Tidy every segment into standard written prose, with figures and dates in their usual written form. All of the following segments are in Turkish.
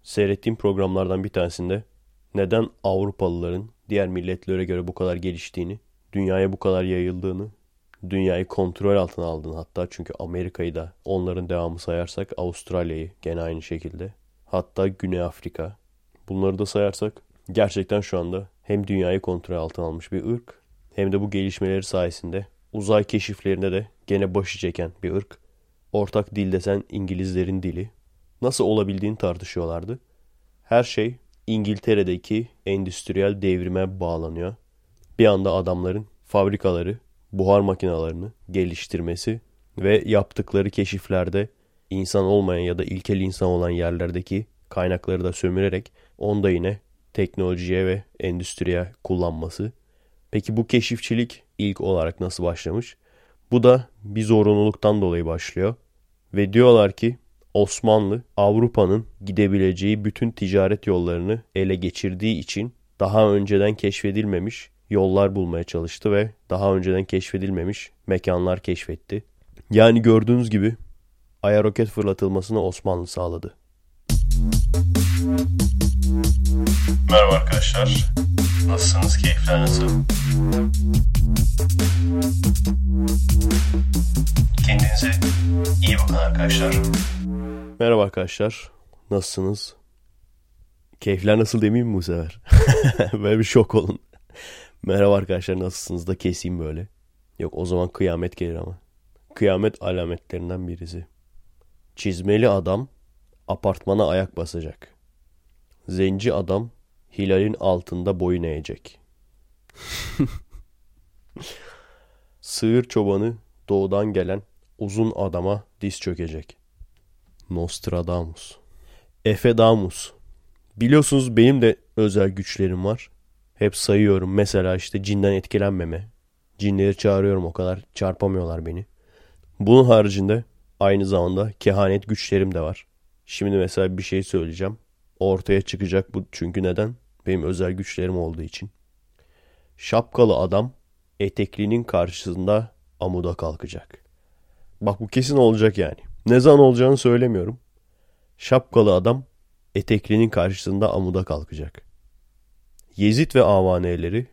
Seyrettiğim programlardan bir tanesinde neden Avrupalıların diğer milletlere göre bu kadar geliştiğini, dünyaya bu kadar yayıldığını, dünyayı kontrol altına aldığını, hatta çünkü Amerika'yı da onların devamı sayarsak Avustralya'yı gene aynı şekilde, hatta Güney Afrika, bunları da sayarsak gerçekten şu anda hem dünyayı kontrol altına almış bir ırk, hem de bu gelişmeleri sayesinde uzay keşiflerinde de gene başı çeken bir ırk. Ortak dil desen İngilizlerin dili. Nasıl olabildiğini tartışıyorlardı. Her şey İngiltere'deki endüstriyel devrime bağlanıyor. Bir anda adamların fabrikaları, buhar makinalarını geliştirmesi ve yaptıkları keşiflerde insan olmayan ya da ilkel insan olan yerlerdeki kaynakları da sömürerek onu da yine teknolojiye ve endüstriye kullanması. Peki bu keşifçilik ilk olarak nasıl başlamış? Bu da bir zorunluluktan dolayı başlıyor. Ve diyorlar ki Osmanlı Avrupa'nın gidebileceği bütün ticaret yollarını ele geçirdiği için daha önceden keşfedilmemiş yollar bulmaya çalıştı ve daha önceden keşfedilmemiş mekanlar keşfetti. Yani gördüğünüz gibi Ay'a roket fırlatılmasını Osmanlı sağladı. Merhaba arkadaşlar. Nasılsınız? Keyifler nasıl? Kendinize iyi bakın arkadaşlar. Merhaba arkadaşlar. Nasılsınız? Keyifler nasıl demeyeyim mi bu sefer? Böyle bir şok olun. Merhaba arkadaşlar, nasılsınız da keseyim böyle. Yok, o zaman kıyamet gelir ama. Kıyamet alametlerinden birisi. Çizmeli adam apartmana ayak basacak. Zenci adam hilalin altında boyun eğecek. Sığır çobanı doğudan gelen uzun adama diz çökecek. Nostradamus. Efedamus. Biliyorsunuz benim de özel güçlerim var. Hep sayıyorum. Mesela işte cinden etkilenmeme. Cinleri çağırıyorum, o kadar çarpamıyorlar beni. Bunun haricinde aynı zamanda kehanet güçlerim de var. Şimdi mesela bir şey söyleyeceğim. Ortaya çıkacak bu, çünkü neden? Benim özel güçlerim olduğu için. Şapkalı adam eteklinin karşısında amuda kalkacak. Bak, bu kesin olacak yani. Ne zaman olacağını söylemiyorum. Şapkalı adam eteklinin karşısında amuda kalkacak. Yezid ve avaneleri.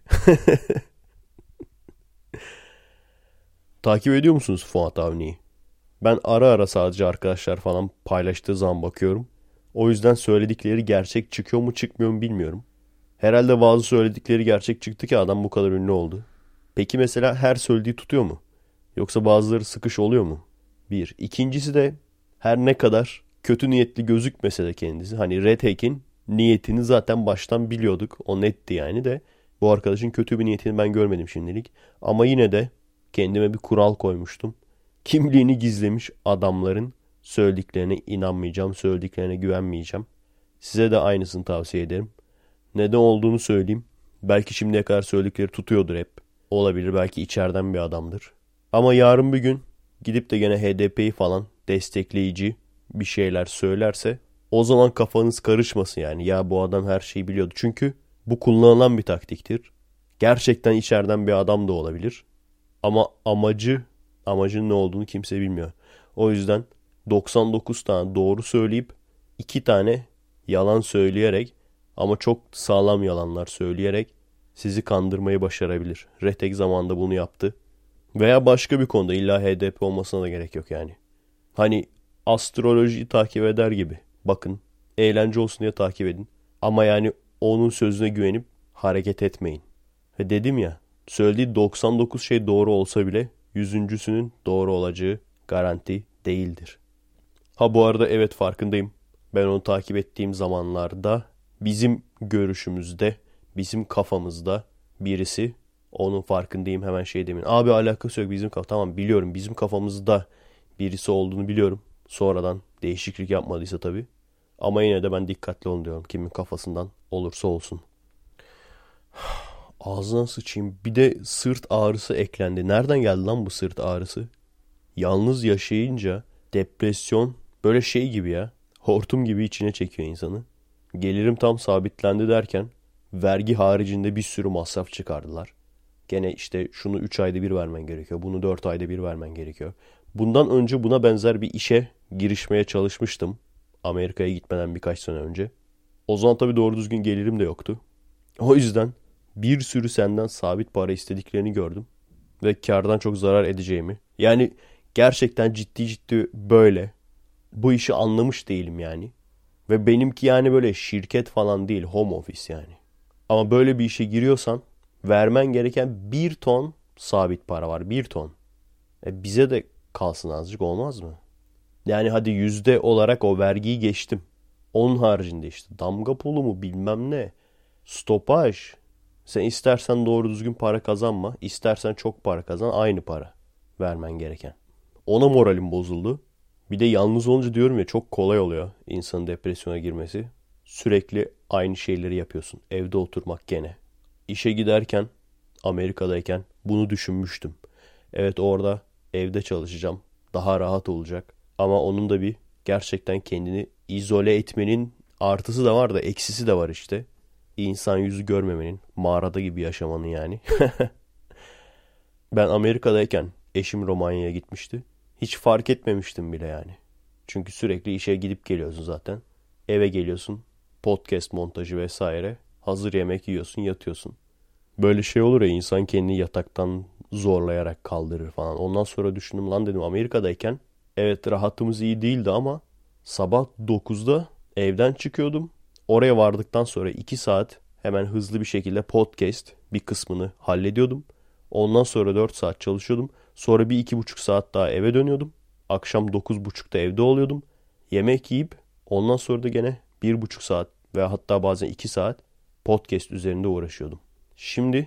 Takip ediyor musunuz Fuat Avni'yi? Ben ara ara sadece arkadaşlar falan paylaştığı zaman bakıyorum. O yüzden söyledikleri gerçek çıkıyor mu çıkmıyor mu bilmiyorum. Herhalde bazı söyledikleri gerçek çıktı ki adam bu kadar ünlü oldu. Peki mesela her söylediği tutuyor mu? Yoksa bazıları sıkış oluyor mu? Bir. İkincisi de her ne kadar kötü niyetli gözükmese de kendisi. Hani Red Hack'in niyetini zaten baştan biliyorduk. O netti yani de. Bu arkadaşın kötü bir niyetini ben görmedim şimdilik. Ama yine de kendime bir kural koymuştum. Kimliğini gizlemiş adamların söylediklerine inanmayacağım, söylediklerine güvenmeyeceğim. Size de aynısını tavsiye ederim. Neden olduğunu söyleyeyim. Belki şimdiye kadar söyledikleri tutuyordur hep. Olabilir, belki içeriden bir adamdır. Ama yarın bir gün gidip de gene HDP'yi falan destekleyici bir şeyler söylerse o zaman kafanız karışmasın yani. Ya bu adam her şeyi biliyordu. Çünkü bu kullanılan bir taktiktir. Gerçekten içeriden bir adam da olabilir. Ama amacın ne olduğunu kimse bilmiyor. O yüzden 99 tane doğru söyleyip 2 tane yalan söyleyerek, ama çok sağlam yalanlar söyleyerek sizi kandırmayı başarabilir. Retek zamanında bunu yaptı. Veya başka bir konuda, illa HDP olmasına da gerek yok yani. Hani astrolojiyi takip eder gibi. Bakın, eğlence olsun diye takip edin. Ama yani onun sözüne güvenip hareket etmeyin. Ve dedim ya, söylediği 99 şey doğru olsa bile 100.'sünün doğru olacağı garanti değildir. Ha bu arada evet, farkındayım. Ben onu takip ettiğim zamanlarda bizim görüşümüzde, bizim kafamızda birisi, onun farkındayım, hemen şey demeyin. Abi alakası yok bizim kafa. Tamam, biliyorum bizim kafamızda birisi olduğunu biliyorum. Sonradan değişiklik yapmadıysa tabii. Ama yine de ben dikkatli olun diyorum. Kimin kafasından olursa olsun. Ağzına sıçayım. Bir de sırt ağrısı eklendi. Nereden geldi lan bu sırt ağrısı? Yalnız yaşayınca depresyon böyle şey gibi ya. Hortum gibi içine çekiyor insanı. Gelirim tam sabitlendi derken vergi haricinde bir sürü masraf çıkardılar. Gene işte şunu 3 ayda bir vermen gerekiyor. Bunu 4 ayda bir vermen gerekiyor. Bundan önce buna benzer bir işe girişmeye çalışmıştım. Amerika'ya gitmeden birkaç sene önce. O zaman tabii doğru düzgün gelirim de yoktu. O yüzden bir sürü senden sabit para istediklerini gördüm. Ve kârdan çok zarar edeceğimi. Yani gerçekten ciddi ciddi böyle. Bu işi anlamış değilim yani. Ve benimki yani böyle şirket falan değil, home office yani. Ama böyle bir işe giriyorsan vermen gereken 1 ton sabit para var. 1 ton. Bize de kalsın azıcık, olmaz mı? Yani hadi yüzde olarak o vergiyi geçtim. Onun haricinde işte damga pulu mu bilmem ne. Stopaj. Sen istersen doğru düzgün para kazanma. İstersen çok para kazan, aynı para vermen gereken. Ona moralim bozuldu. Bir de yalnız olunca diyorum ya, çok kolay oluyor insanın depresyona girmesi. Sürekli aynı şeyleri yapıyorsun. Evde oturmak gene. İşe giderken, Amerika'dayken bunu düşünmüştüm. Evet, orada evde çalışacağım. Daha rahat olacak. Ama onun da bir gerçekten kendini izole etmenin artısı da var da eksisi de var işte. İnsan yüzü görmemenin, mağarada gibi yaşamanın yani. Ben Amerika'dayken eşim Romanya'ya gitmişti. Hiç fark etmemiştim bile yani. Çünkü sürekli işe gidip geliyorsun zaten. Eve geliyorsun, podcast montajı vesaire. Hazır yemek yiyorsun, yatıyorsun. Böyle şey olur ya, insan kendini yataktan zorlayarak kaldırır falan. Ondan sonra düşündüm, lan dedim, Amerika'dayken evet rahatımız iyi değildi ama sabah 9'da evden çıkıyordum. Oraya vardıktan sonra 2 saat hemen hızlı bir şekilde podcast bir kısmını hallediyordum. Ondan sonra 4 saat çalışıyordum. Sonra bir 2,5 saat daha eve dönüyordum. Akşam 9.30'da evde oluyordum. Yemek yiyip ondan sonra da gene 1,5 saat veya hatta bazen 2 saat podcast üzerinde uğraşıyordum. Şimdi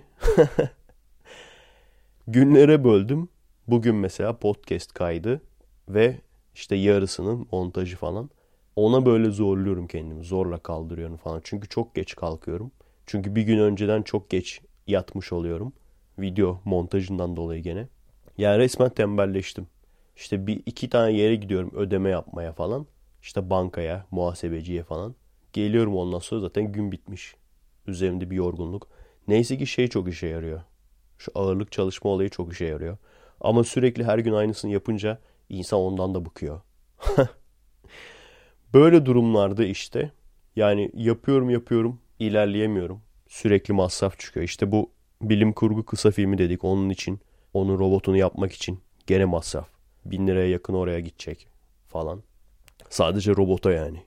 günlere böldüm. Bugün mesela podcast kaydı ve işte yarısının montajı falan. Ona böyle zorluyorum kendimi. Zorla kaldırıyorum falan. Çünkü çok geç kalkıyorum. Çünkü bir gün önceden çok geç yatmış oluyorum. Video montajından dolayı gene. Yani resmen tembelleştim. İşte bir iki tane yere gidiyorum ödeme yapmaya falan. İşte bankaya, muhasebeciye falan. Geliyorum, ondan sonra zaten gün bitmiş. Üzerimde bir yorgunluk. Neyse ki şey çok işe yarıyor. Şu ağırlık çalışma olayı çok işe yarıyor. Ama sürekli her gün aynısını yapınca insan ondan da bıkıyor. Böyle durumlarda işte yani yapıyorum ilerleyemiyorum. Sürekli masraf çıkıyor. İşte bu bilim kurgu kısa filmi dedik, onun için. Onun robotunu yapmak için gene masraf. 1.000 liraya yakın oraya gidecek falan. Sadece robota yani.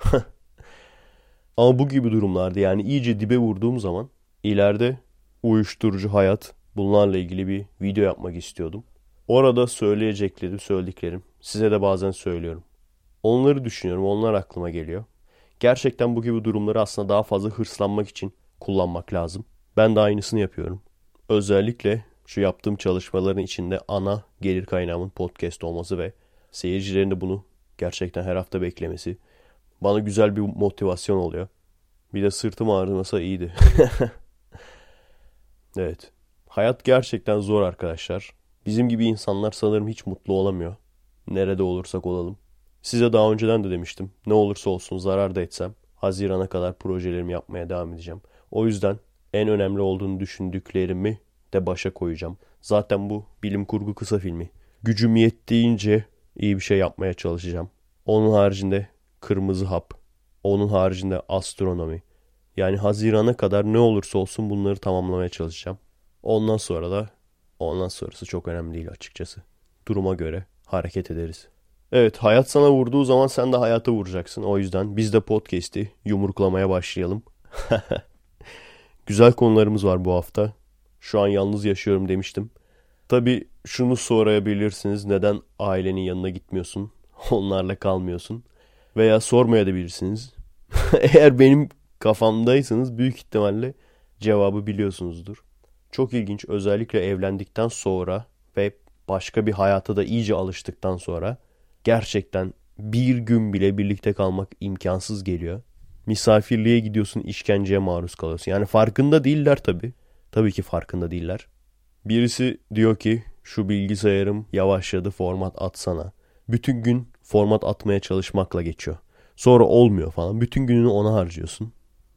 Ama bu gibi durumlarda yani iyice dibe vurduğum zaman ileride uyuşturucu hayat, bunlarla ilgili bir video yapmak istiyordum. Orada söylediklerim size de bazen söylüyorum. Onları düşünüyorum, onlar aklıma geliyor. Gerçekten bu gibi durumları aslında daha fazla hırslanmak için kullanmak lazım. Ben de aynısını yapıyorum. Özellikle şu yaptığım çalışmaların içinde ana gelir kaynağımın podcast olması ve seyircilerin de bunu gerçekten her hafta beklemesi bana güzel bir motivasyon oluyor. Bir de sırtım ağrımasa iyiydi. Evet. Hayat gerçekten zor arkadaşlar. Bizim gibi insanlar sanırım hiç mutlu olamıyor. Nerede olursak olalım. Size daha önceden de demiştim. Ne olursa olsun zarar da etsem Haziran'a kadar projelerimi yapmaya devam edeceğim. O yüzden en önemli olduğunu düşündüklerimi de başa koyacağım. Zaten bu bilim kurgu kısa filmi. Gücüm yettiğince iyi bir şey yapmaya çalışacağım. Onun haricinde kırmızı hap. Onun haricinde astronomi. Yani Haziran'a kadar ne olursa olsun bunları tamamlamaya çalışacağım. Ondan sonrası çok önemli değil açıkçası. Duruma göre hareket ederiz. Evet, hayat sana vurduğu zaman sen de hayata vuracaksın. O yüzden biz de podcast'i yumruklamaya başlayalım. Güzel konularımız var bu hafta. Şu an yalnız yaşıyorum demiştim. Tabii şunu sorabilirsiniz. Neden ailenin yanına gitmiyorsun? Onlarla kalmıyorsun. Veya sormayabilirsiniz. Eğer benim kafamdaysanız büyük ihtimalle cevabı biliyorsunuzdur. Çok ilginç, özellikle evlendikten sonra ve başka bir hayata da iyice alıştıktan sonra gerçekten bir gün bile birlikte kalmak imkansız geliyor. Misafirliğe gidiyorsun, işkenceye maruz kalıyorsun. Yani farkında değiller tabii. Tabii ki farkında değiller. Birisi diyor ki şu bilgisayarım yavaşladı, format atsana. Bütün gün format atmaya çalışmakla geçiyor. Sonra olmuyor falan. Bütün gününü ona harcıyorsun.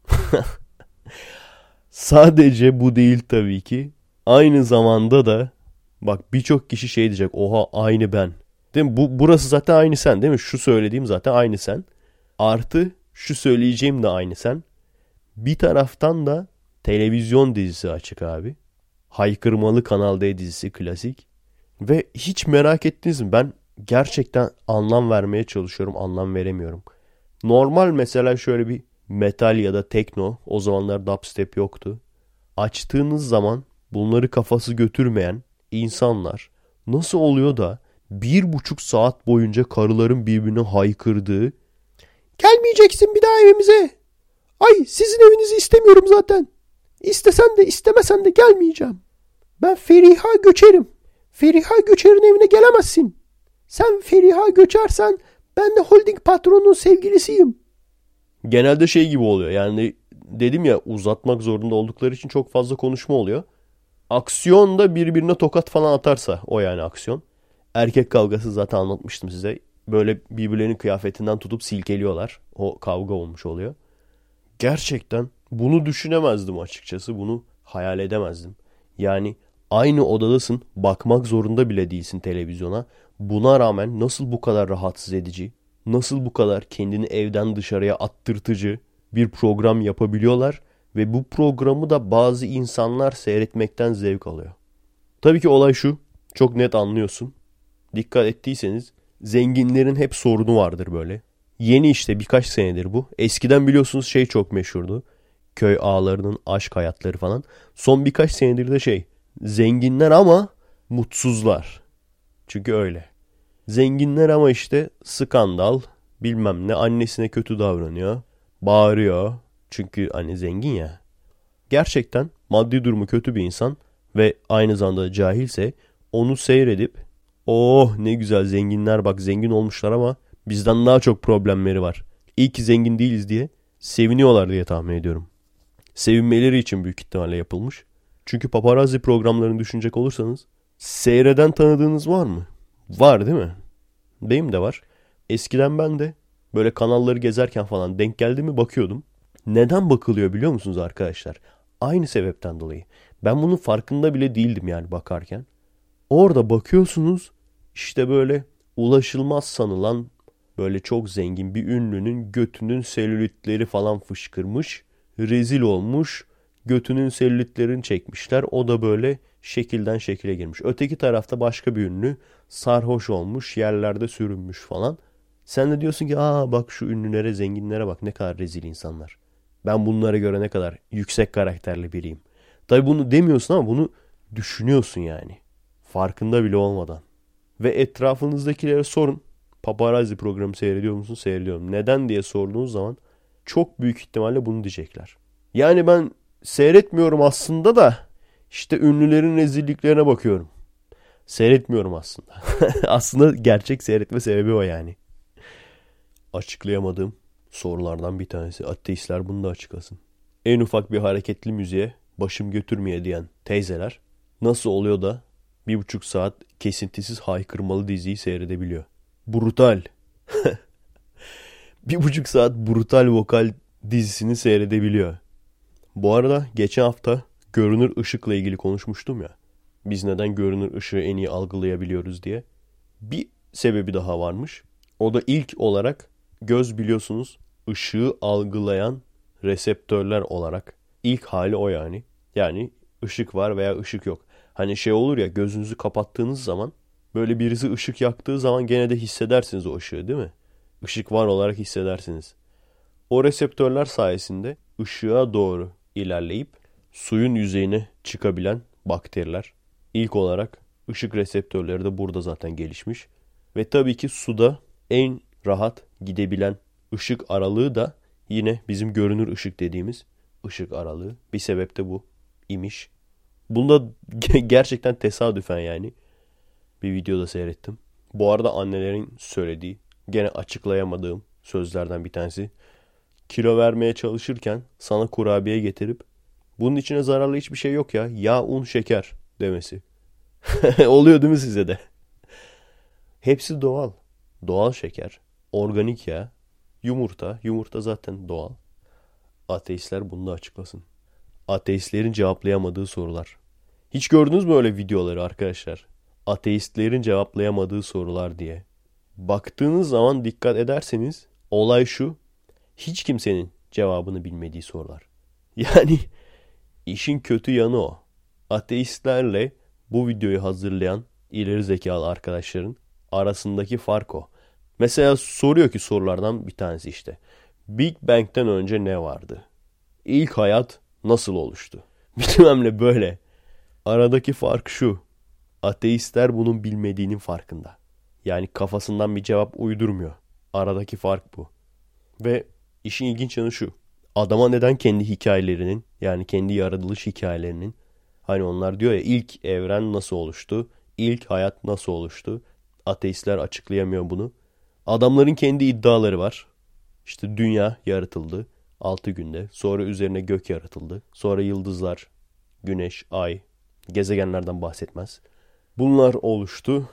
Sadece bu değil tabii ki. Aynı zamanda da bak birçok kişi şey diyecek. Oha, aynı ben. Değil mi? Burası zaten aynı sen değil mi? Şu söylediğim zaten aynı sen. Artı Şu söyleyeceğim de aynı sen. Bir taraftan da televizyon dizisi açık abi. Haykırmalı Kanal D dizisi klasik. Ve hiç merak ettiniz mi? Ben gerçekten anlam vermeye çalışıyorum. Anlam veremiyorum. Normal mesela şöyle bir metal ya da tekno. O zamanlar dubstep yoktu. Açtığınız zaman bunları kafası götürmeyen insanlar nasıl oluyor da 1,5 saat boyunca karıların birbirine haykırdığı "Gelmeyeceksin bir daha evimize. Ay sizin evinizi istemiyorum zaten. İstesen de istemesen de gelmeyeceğim. Ben Feriha Göçer'im. Feriha Göçer'in evine gelemezsin. Sen Feriha Göçersen ben de holding patronunun sevgilisiyim." Genelde şey gibi oluyor. Yani dedim ya, uzatmak zorunda oldukları için çok fazla konuşma oluyor. Aksiyon da birbirine tokat falan atarsa o yani aksiyon. Erkek kavgası zaten anlatmıştım size. Böyle birbirlerinin kıyafetinden tutup silkeliyorlar. O kavga olmuş oluyor. Gerçekten bunu düşünemezdim açıkçası. Bunu hayal edemezdim. Yani aynı odadasın, bakmak zorunda bile değilsin televizyona. Buna rağmen nasıl bu kadar rahatsız edici, nasıl bu kadar kendini evden dışarıya attırtıcı bir program yapabiliyorlar ve bu programı da bazı insanlar seyretmekten zevk alıyor. Tabii ki olay şu, çok net anlıyorsun. Dikkat ettiyseniz zenginlerin hep sorunu vardır böyle. Yeni işte birkaç senedir bu. Eskiden biliyorsunuz şey çok meşhurdu. Köy ağalarının aşk hayatları falan. Son birkaç senedir de zenginler ama mutsuzlar. Çünkü öyle. Zenginler ama işte skandal, bilmem ne, annesine kötü davranıyor, bağırıyor. Çünkü hani zengin ya. Gerçekten maddi durumu kötü bir insan ve aynı zamanda cahilse onu seyredip "Oh ne güzel zenginler, bak zengin olmuşlar ama bizden daha çok problemleri var. İyi ki zengin değiliz" diye seviniyorlar diye tahmin ediyorum. Sevinmeleri için büyük ihtimalle yapılmış. Çünkü paparazzi programlarını düşünecek olursanız seyreden tanıdığınız var mı? Var değil mi? Benim de var. Eskiden ben de böyle kanalları gezerken falan denk geldi mi bakıyordum. Neden bakılıyor biliyor musunuz arkadaşlar? Aynı sebepten dolayı. Ben bunun farkında bile değildim yani bakarken. Orada bakıyorsunuz işte böyle ulaşılmaz sanılan böyle çok zengin bir ünlünün götünün selülitleri falan fışkırmış. Rezil olmuş. Götünün selülitlerini çekmişler. O da böyle şekilden şekile girmiş. Öteki tarafta başka bir ünlü sarhoş olmuş, yerlerde sürünmüş falan. Sen de diyorsun ki bak şu ünlülere, zenginlere bak ne kadar rezil insanlar. Ben bunlara göre ne kadar yüksek karakterli biriyim. Tabii bunu demiyorsun ama bunu düşünüyorsun yani. Farkında bile olmadan. Ve etrafınızdakilere sorun. Paparazzi programı seyrediyor musun? Seyrediyorum. Neden diye sorduğunuz zaman çok büyük ihtimalle bunu diyecekler. Yani ben seyretmiyorum aslında da işte ünlülerin rezilliklerine bakıyorum. Seyretmiyorum aslında. Aslında gerçek seyretme sebebi o yani. Açıklayamadığım sorulardan bir tanesi. Ateistler bunu da açıklasın. En ufak bir hareketli müziğe başım götürmeye diyen teyzeler nasıl oluyor da 1,5 saat kesintisiz haykırmalı diziyi seyredebiliyor? Brutal. 1,5 saat brutal vokal dizisini seyredebiliyor. Bu arada geçen hafta görünür ışıkla ilgili konuşmuştum ya. Biz neden görünür ışığı en iyi algılayabiliyoruz diye. Bir sebebi daha varmış. O da ilk olarak göz biliyorsunuz ışığı algılayan reseptörler olarak. İlk hali o yani. Yani ışık var veya ışık yok. Hani şey olur ya, gözünüzü kapattığınız zaman böyle birisi ışık yaktığı zaman gene de hissedersiniz o ışığı değil mi? Işık var olarak hissedersiniz. O reseptörler sayesinde ışığa doğru ilerleyip suyun yüzeyine çıkabilen bakteriler. İlk olarak ışık reseptörleri de burada zaten gelişmiş. Ve tabii ki suda en rahat gidebilen ışık aralığı da yine bizim görünür ışık dediğimiz ışık aralığı. Bir sebep de bu imiş. Bunda gerçekten tesadüfen yani bir videoda seyrettim. Bu arada annelerin söylediği, gene açıklayamadığım sözlerden bir tanesi. Kilo vermeye çalışırken sana kurabiye getirip bunun içine zararlı hiçbir şey yok ya, yağ, un, şeker demesi. Oluyor değil mi size de? Hepsi doğal. Doğal şeker, organik yağ, yumurta. Yumurta zaten doğal. Ateistler bunu da açıklasın. Ateistlerin cevaplayamadığı sorular. Hiç gördünüz mü öyle videoları arkadaşlar? Ateistlerin cevaplayamadığı sorular diye. Baktığınız zaman dikkat ederseniz olay şu. Hiç kimsenin cevabını bilmediği sorular. Yani işin kötü yanı o. Ateistlerle bu videoyu hazırlayan ileri zekalı arkadaşların arasındaki fark o. Mesela soruyor ki sorulardan bir tanesi işte. Big Bang'den önce ne vardı? İlk hayat nasıl oluştu? Bilmem böyle. Aradaki fark şu. Ateistler bunun bilmediğinin farkında. Yani kafasından bir cevap uydurmuyor. Aradaki fark bu. Ve işin ilginç yanı şu. Adama neden kendi hikayelerinin, yani kendi yaratılış hikayelerinin, hani onlar diyor ya, ilk evren nasıl oluştu? İlk hayat nasıl oluştu? Ateistler açıklayamıyor bunu. Adamların kendi iddiaları var. İşte dünya yaratıldı 6 günde. Sonra üzerine gök yaratıldı. Sonra yıldızlar, güneş, ay, gezegenlerden bahsetmez. Bunlar oluştu.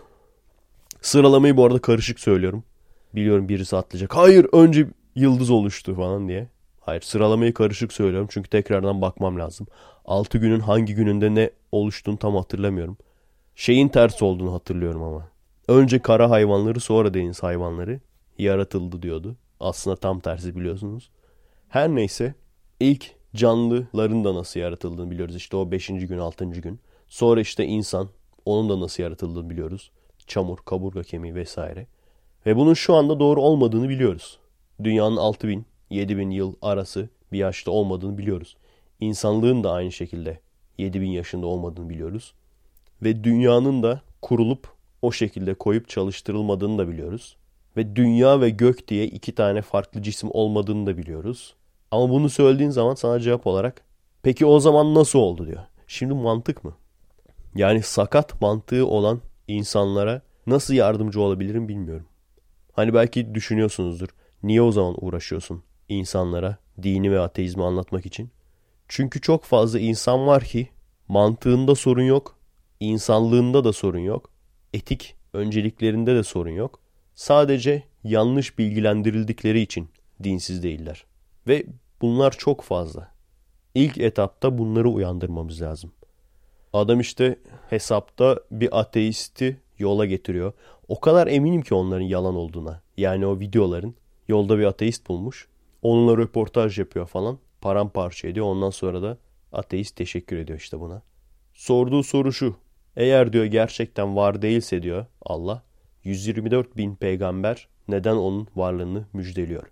Sıralamayı bu arada karışık söylüyorum. Biliyorum birisi atlayacak. Hayır, önce yıldız oluştu falan diye. Hayır, sıralamayı karışık söylüyorum çünkü tekrardan bakmam lazım. 6 günün hangi gününde ne oluştuğunu tam hatırlamıyorum. Şeyin tersi olduğunu hatırlıyorum ama. Önce kara hayvanları, sonra deniz hayvanları yaratıldı diyordu. Aslında tam tersi, biliyorsunuz. Her neyse, ilk canlıların da nasıl yaratıldığını biliyoruz. İşte o 5. gün, 6. gün. Sonra işte insan, onun da nasıl yaratıldığını biliyoruz. Çamur, kaburga kemiği vesaire. Ve bunun şu anda doğru olmadığını biliyoruz. Dünyanın 6000, 7000 yıl arası bir yaşta olmadığını biliyoruz. İnsanlığın da aynı şekilde 7000 yaşında olmadığını biliyoruz. Ve dünyanın da kurulup o şekilde koyup çalıştırılmadığını da biliyoruz. Ve dünya ve gök diye 2 tane farklı cisim olmadığını da biliyoruz. Ama bunu söylediğin zaman sana cevap olarak peki o zaman nasıl oldu diyor. Şimdi mantık mı? Yani sakat mantığı olan insanlara nasıl yardımcı olabilirim bilmiyorum. Hani belki düşünüyorsunuzdur. Niye o zaman uğraşıyorsun insanlara dini ve ateizmi anlatmak için? Çünkü çok fazla insan var ki mantığında sorun yok, insanlığında da sorun yok, etik önceliklerinde de sorun yok. Sadece yanlış bilgilendirildikleri için dinsiz değiller. Ve bunlar çok fazla. İlk etapta bunları uyandırmamız lazım. Adam işte hesapta bir ateisti yola getiriyor. O kadar eminim ki onların yalan olduğuna. Yani o videoların, yolda bir ateist bulmuş. Onunla röportaj yapıyor falan. Paramparça ediyor. Ondan sonra da ateist teşekkür ediyor işte buna. Sorduğu soru şu. Eğer diyor gerçekten var değilse diyor Allah, 124 bin peygamber neden onun varlığını müjdeliyor?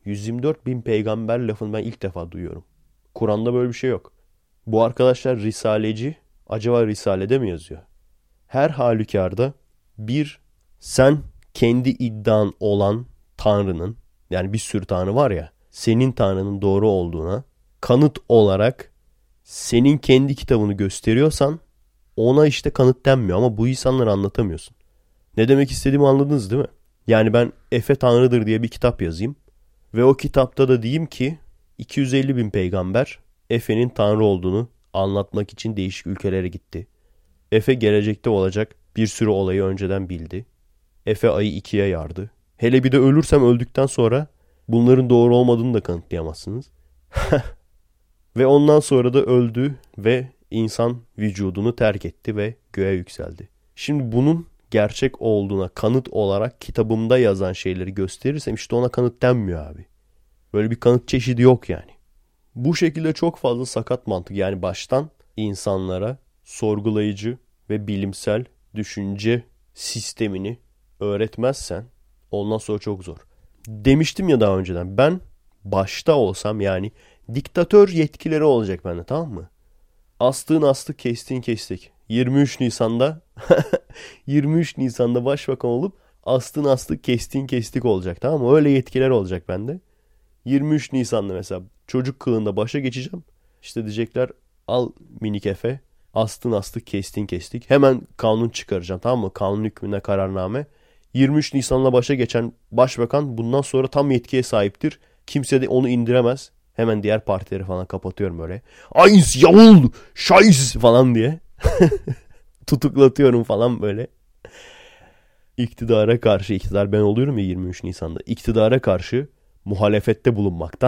124 bin peygamber lafını ben ilk defa duyuyorum. Kur'an'da böyle bir şey yok. Bu arkadaşlar risaleci. Acaba risalede mi yazıyor? Her halükarda bir, sen kendi iddian olan Tanrı'nın, yani bir sürü Tanrı var ya, senin Tanrı'nın doğru olduğuna kanıt olarak senin kendi kitabını gösteriyorsan ona işte kanıt denmiyor ama bu insanları anlatamıyorsun. Ne demek istediğimi anladınız değil mi? Yani ben Efe Tanrı'dır diye bir kitap yazayım ve o kitapta da diyeyim ki 250 bin peygamber Efe'nin Tanrı olduğunu anlatmak için değişik ülkelere gitti. Efe gelecekte olacak bir sürü olayı önceden bildi. Efe ayı 2'ye yardı. Hele bir de ölürsem öldükten sonra bunların doğru olmadığını da kanıtlayamazsınız. Ve ondan sonra da öldü ve insan vücudunu terk etti ve göğe yükseldi. Şimdi bunun gerçek olduğuna kanıt olarak kitabımda yazan şeyleri gösterirsem işte ona kanıt denmiyor abi. Böyle bir kanıt çeşidi yok yani. Bu şekilde çok fazla sakat mantık, yani baştan insanlara sorgulayıcı ve bilimsel düşünce sistemini öğretmezsen ondan sonra çok zor. Demiştim ya daha önceden, ben başta olsam yani diktatör yetkileri olacak bende, tamam mı? Astığın astık, kestiğin kestik. 23 Nisan'da 23 Nisan'da başbakan olup astığın astık, kestiğin kestik olacak, tamam mı? Öyle yetkiler olacak bende. 23 Nisan'da mesela çocuk kılığında başa geçeceğim. İşte diyecekler al minik Efe, astın astık, kestin kestik. Hemen kanun çıkaracağım, tamam mı? Kanun hükmüne kararname. 23 Nisan'la başa geçen başbakan bundan sonra tam yetkiye sahiptir. Kimse de onu indiremez. Hemen diğer partileri falan kapatıyorum öyle. Ayns, yavul, şayz falan diye. Tutuklatıyorum falan böyle. İktidara karşı, iktidar ben oluyorum ya 23 Nisan'da. İktidara karşı muhalefette bulunmaktan.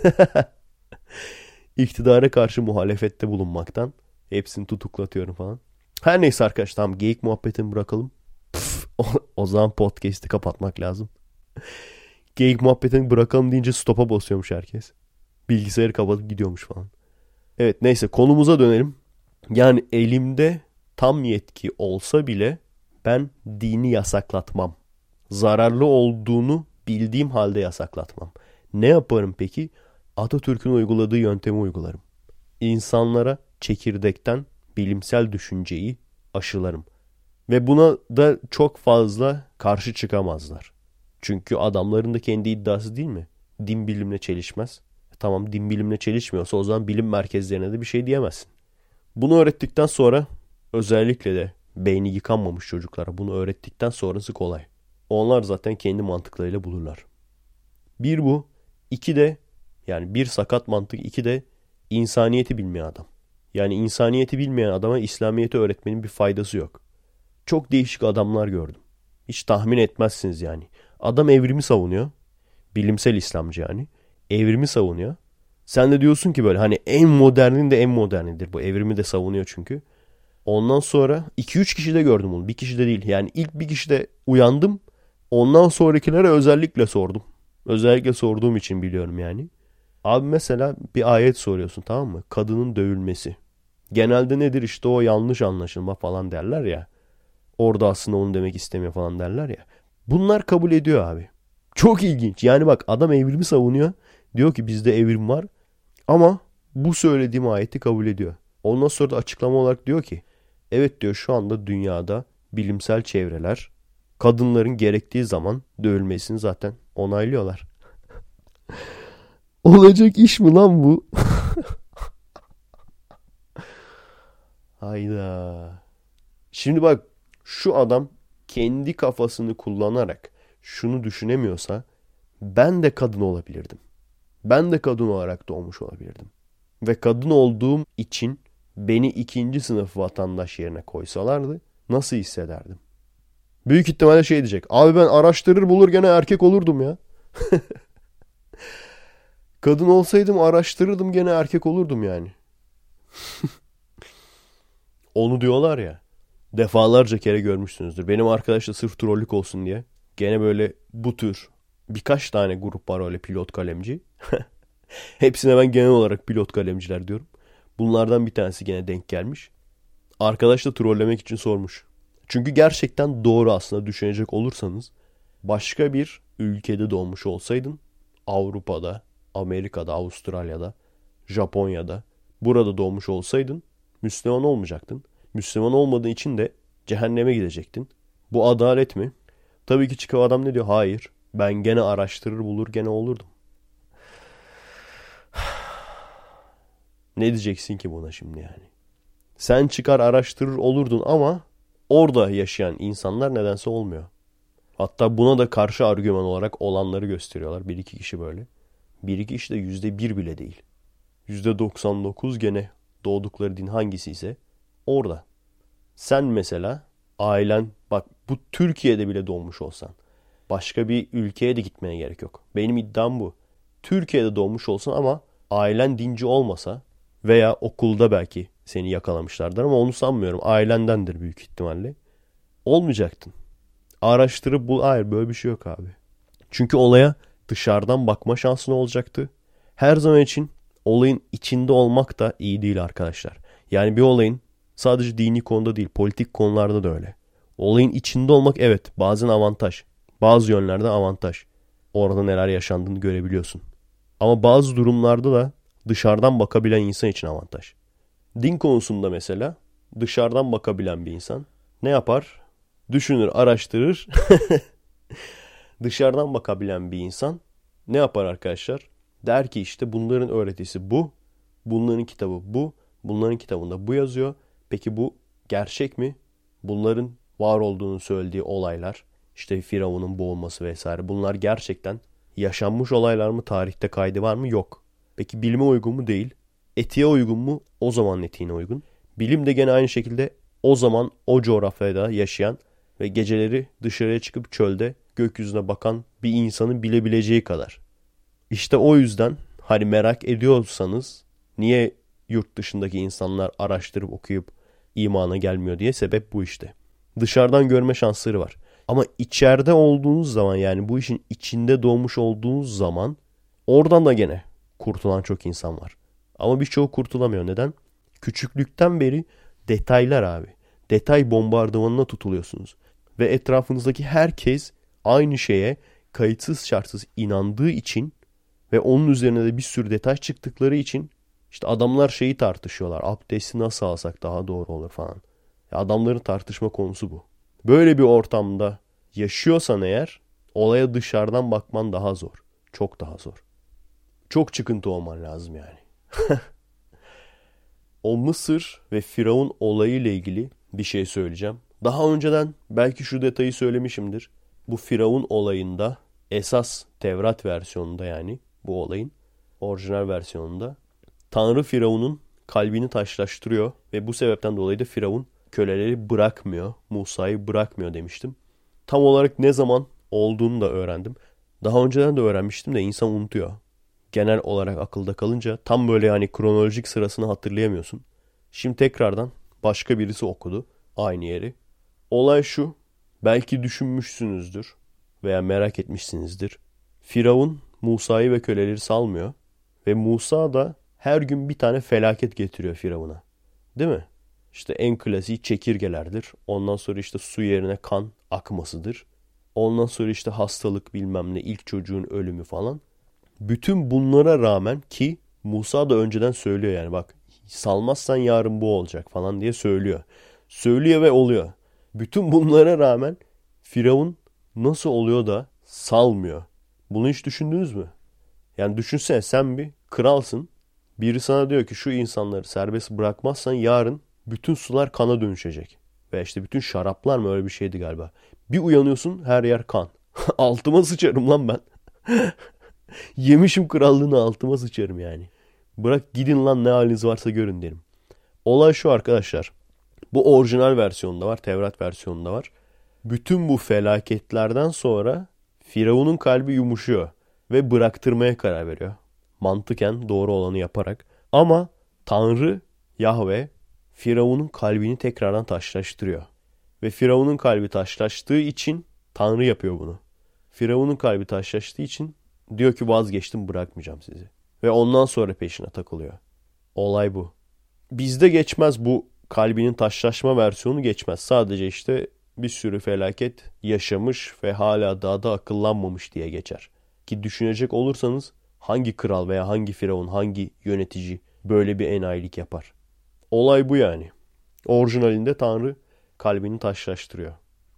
İktidara karşı muhalefette bulunmaktan. Hepsini tutuklatıyorum falan. Her neyse arkadaşlar, tamam, geyik muhabbetini bırakalım. O zaman podcast'i kapatmak lazım. Geyik muhabbetini bırakalım deyince stop'a basıyormuş herkes. Bilgisayarı kapatıp gidiyormuş falan. Evet, neyse konumuza dönelim. Yani elimde tam yetki olsa bile ben dini yasaklatmam. Zararlı olduğunu bildiğim halde yasaklatmam. Ne yaparım peki? Atatürk'ün uyguladığı yöntemi uygularım. İnsanlara çekirdekten bilimsel düşünceyi aşılarım. Ve buna da çok fazla karşı çıkamazlar. Çünkü adamların da kendi iddiası değil mi? Din bilimle çelişmez. Tamam, din bilimle çelişmiyorsa o zaman bilim merkezlerine de bir şey diyemezsin. Bunu öğrettikten sonra, özellikle de beyni yıkanmamış çocuklara bunu öğrettikten sonrası kolay. Onlar zaten kendi mantıklarıyla bulurlar. Bir bu. İki de, yani bir sakat mantık, iki de insaniyeti bilmeyen adam. Yani insaniyeti bilmeyen adama İslamiyet'i öğretmenin bir faydası yok. Çok değişik adamlar gördüm. Hiç tahmin etmezsiniz yani. Adam evrimi savunuyor. Bilimsel İslamcı yani. Evrimi savunuyor. Sen de diyorsun ki böyle hani en modernin de en modernidir. Bu evrimi de savunuyor çünkü. Ondan sonra 2-3 kişi de gördüm bunu. Bir kişi de değil. Yani ilk bir kişi de uyandım. Ondan sonrakilere özellikle sordum. Özellikle sorduğum için biliyorum yani. Abi mesela bir ayet soruyorsun, tamam mı? Kadının dövülmesi. Genelde nedir işte o yanlış anlaşılma falan derler ya. Orada aslında onu demek istemiyor falan derler ya. Bunlar kabul ediyor abi. Çok ilginç. Yani bak, adam evrimi savunuyor. Diyor ki bizde evrim var. Ama bu söylediğim ayeti kabul ediyor. Ondan sonra da açıklama olarak diyor ki evet diyor, şu anda dünyada bilimsel çevreler kadınların gerektiği zaman dövülmesini zaten onaylıyorlar. Olacak iş mi lan bu? Hayda. Şimdi bak, şu adam kendi kafasını kullanarak şunu düşünemiyorsa ben de kadın olabilirdim. Ben de kadın olarak doğmuş olabilirdim. Ve kadın olduğum için beni ikinci sınıf vatandaş yerine koysalardı nasıl hissederdim? Büyük ihtimalle şey diyecek. Abi ben araştırır bulur gene erkek olurdum ya. Kadın olsaydım araştırırdım gene erkek olurdum yani. Onu diyorlar ya. Defalarca kere görmüşsünüzdür. Benim arkadaşla sırf trollük olsun diye. Gene böyle bu tür birkaç tane grup var öyle pilot kalemci. Hepsine ben genel olarak pilot kalemciler diyorum. Bunlardan bir tanesi gene denk gelmiş. Arkadaş da trollemek için sormuş. Çünkü gerçekten doğru aslında düşünecek olursanız. Başka bir ülkede doğmuş olsaydın, Avrupa'da, Amerika'da, Avustralya'da, Japonya'da, burada doğmuş olsaydın Müslüman olmayacaktın. Müslüman olmadığın için de cehenneme gidecektin. Bu adalet mi? Tabii ki çıkıyor adam ne diyor? Hayır. Ben gene araştırır bulur gene olurdum. Ne diyeceksin ki buna şimdi yani? Sen çıkar araştırır olurdun ama orada yaşayan insanlar nedense olmuyor. Hatta buna da karşı argüman olarak olanları gösteriyorlar. Bir iki kişi böyle. Bir iki kişi de %1 bile değil. %99 gene doğdukları din hangisi ise orada. Sen mesela ailen, bak bu Türkiye'de bile doğmuş olsan başka bir ülkeye de gitmeye gerek yok. Benim iddiam bu. Türkiye'de doğmuş olsan ama ailen dinci olmasa veya okulda belki seni yakalamışlardır ama onu sanmıyorum. Ailendendir büyük ihtimalle. Olmayacaktın. Araştırıp bul. Hayır, böyle bir şey yok abi. Çünkü olaya dışarıdan bakma şansın olacaktı. Her zaman için olayın içinde olmak da iyi değil arkadaşlar. Yani bir olayın sadece dini konuda değil, politik konularda da öyle. Olayın içinde olmak evet bazen avantaj. Bazı yönlerde avantaj. Orada neler yaşandığını görebiliyorsun. Ama bazı durumlarda da dışarıdan bakabilen insan için avantaj. Din konusunda mesela dışarıdan bakabilen bir insan ne yapar? Düşünür, araştırır. Dışarıdan bakabilen bir insan ne yapar arkadaşlar? Der ki işte bunların öğretisi bu. Bunların kitabı bu. Bunların kitabında bu yazıyor. Peki bu gerçek mi? Bunların var olduğunu söylediği olaylar, işte Firavun'un boğulması vesaire, bunlar gerçekten yaşanmış olaylar mı? Tarihte kaydı var mı? Yok. Peki bilime uygun mu? Değil. Etiğe uygun mu? O zaman etiğine uygun. Bilim de gene aynı şekilde o zaman o coğrafyada yaşayan ve geceleri dışarıya çıkıp çölde gökyüzüne bakan bir insanın bilebileceği kadar. İşte o yüzden hani merak ediyorsanız niye yurt dışındaki insanlar araştırıp okuyup imana gelmiyor diye sebep bu işte. Dışarıdan görme şansları var. Ama içeride olduğunuz zaman, yani bu işin içinde doğmuş olduğunuz zaman, oradan da gene kurtulan çok insan var. Ama birçoğu kurtulamıyor. Neden? Küçüklükten beri detaylar abi. Detay bombardımanına tutuluyorsunuz. Ve etrafınızdaki herkes aynı şeye kayıtsız şartsız inandığı için ve onun üzerine de bir sürü detay çıktıkları için işte adamlar şeyi tartışıyorlar. Abdesti nasıl alsak daha doğru olur falan. Ya adamların tartışma konusu bu. Böyle bir ortamda yaşıyorsan eğer, olaya dışarıdan bakman daha zor. Çok daha zor. Çok çıkıntı olman lazım yani. O Mısır ve Firavun olayıyla ilgili bir şey söyleyeceğim. Daha önceden belki şu detayı söylemişimdir. Bu Firavun olayında esas Tevrat versiyonunda, yani bu olayın orijinal versiyonunda Tanrı Firavun'un kalbini taşlaştırıyor ve bu sebepten dolayı da Firavun köleleri bırakmıyor, Musa'yı bırakmıyor demiştim. Tam olarak ne zaman olduğunu da öğrendim. Daha önceden de öğrenmiştim de insan unutuyor. Genel olarak akılda kalınca tam böyle yani kronolojik sırasını hatırlayamıyorsun. Şimdi tekrardan başka birisi okudu aynı yeri. Olay şu, belki düşünmüşsünüzdür veya merak etmişsinizdir. Firavun Musa'yı ve köleleri salmıyor ve Musa da her gün bir tane felaket getiriyor Firavun'a. Değil mi? İşte en klasiği çekirgelerdir. Ondan sonra işte su yerine kan akmasıdır. Ondan sonra işte hastalık bilmem ne, ilk çocuğun ölümü falan. Bütün bunlara rağmen, ki Musa da önceden söylüyor yani, bak salmazsan yarın bu olacak falan diye söylüyor. Söylüyor ve oluyor. Bütün bunlara rağmen Firavun nasıl oluyor da salmıyor? Bunu hiç düşündünüz mü? Yani düşünsene, sen bir kralsın. Biri sana diyor ki şu insanları serbest bırakmazsan yarın bütün sular kana dönüşecek. Ve işte bütün şaraplar mı, öyle bir şeydi galiba. Bir uyanıyorsun, her yer kan. Altıma sıçarım lan ben. Yemişim krallığını, altıma sıçarım yani. Bırak gidin lan, ne haliniz varsa görün derim. Olay şu arkadaşlar. Bu orijinal versiyonunda var. Tevrat versiyonunda var. Bütün bu felaketlerden sonra Firavun'un kalbi yumuşuyor. Ve bıraktırmaya karar veriyor. Mantıken doğru olanı yaparak. Ama Tanrı Yahve Firavun'un kalbini tekrardan taşlaştırıyor. Ve Firavun'un kalbi taşlaştığı için Tanrı yapıyor bunu. Firavun'un kalbi taşlaştığı için diyor ki vazgeçtim, bırakmayacağım sizi. Ve ondan sonra peşine takılıyor. Olay bu. Bizde geçmez, bu kalbinin taşlaşma versiyonu geçmez. Sadece işte bir sürü felaket yaşamış ve hala daha da akıllanmamış diye geçer. Ki düşünecek olursanız hangi kral veya hangi firavun, hangi yönetici böyle bir enayilik yapar? Olay bu yani. Orijinalinde Tanrı kalbini taşlaştırıyor.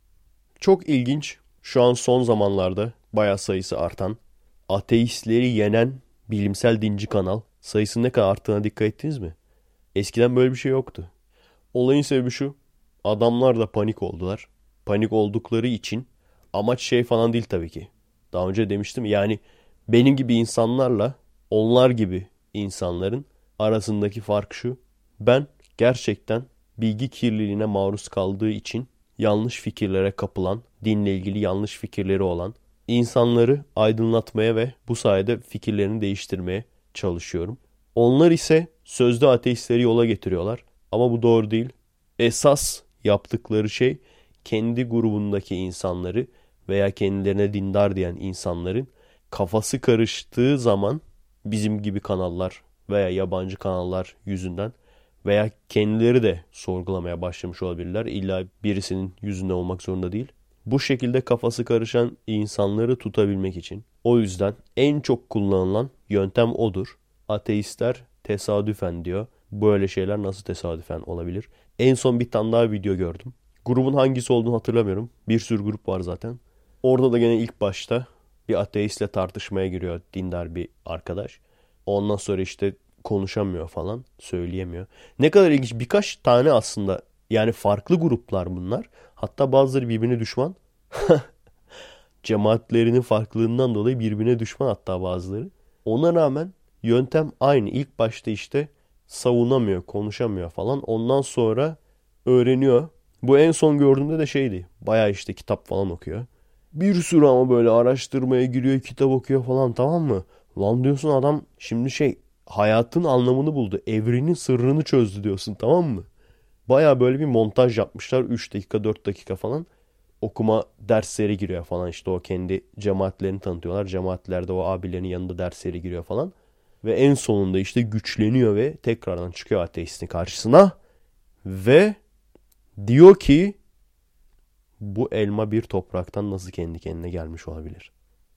Çok ilginç, şu an son zamanlarda bayağı sayısı artan, ateistleri yenen bilimsel dinci kanal sayısının ne kadar arttığına dikkat ettiniz mi? Eskiden böyle bir şey yoktu. Olayın sebebi şu, adamlar da panik oldular. Panik oldukları için amaç şey falan değil tabii ki. Daha önce demiştim yani, benim gibi insanlarla onlar gibi insanların arasındaki fark şu. Ben gerçekten bilgi kirliliğine maruz kaldığı için yanlış fikirlere kapılan, dinle ilgili yanlış fikirleri olan insanları aydınlatmaya ve bu sayede fikirlerini değiştirmeye çalışıyorum. Onlar ise sözde ateistleri yola getiriyorlar. Ama bu doğru değil. Esas yaptıkları şey kendi grubundaki insanları veya kendilerine dindar diyen insanların kafası karıştığı zaman bizim gibi kanallar veya yabancı kanallar yüzünden veya kendileri de sorgulamaya başlamış olabilirler. İlla birisinin yüzünden olmak zorunda değil. Bu şekilde kafası karışan insanları tutabilmek için. O yüzden en çok kullanılan yöntem odur. Ateistler tesadüfen diyor. Böyle şeyler nasıl tesadüfen olabilir? En son bir tane daha video gördüm. Grubun hangisi olduğunu hatırlamıyorum. Bir sürü grup var zaten. Orada da gene ilk başta bir ateistle tartışmaya giriyor dindar bir arkadaş. Ondan sonra işte konuşamıyor falan, söyleyemiyor. Ne kadar ilginç, birkaç tane aslında yani farklı gruplar bunlar. Hatta bazıları birbirine düşman. Cemaatlerinin farklılığından dolayı birbirine düşman hatta bazıları. Ona rağmen yöntem aynı. İlk başta işte savunamıyor, konuşamıyor falan. Ondan sonra öğreniyor. Bu en son gördüğümde de şeydi. Bayağı işte kitap falan okuyor. Bir sürü ama böyle araştırmaya giriyor, kitap okuyor falan, tamam mı? Lan diyorsun, adam şimdi hayatın anlamını buldu. Evrenin sırrını çözdü diyorsun, tamam mı? Bayağı böyle bir montaj yapmışlar. 3 dakika 4 dakika falan. okuma dersleri giriyor falan. İşte o kendi cemaatlerini tanıtıyorlar. Cemaatlerde o abilerin yanında dersleri giriyor falan. Ve en sonunda işte güçleniyor ve tekrardan çıkıyor ateistin karşısına. Ve diyor ki bu elma bir topraktan nasıl kendi kendine gelmiş olabilir?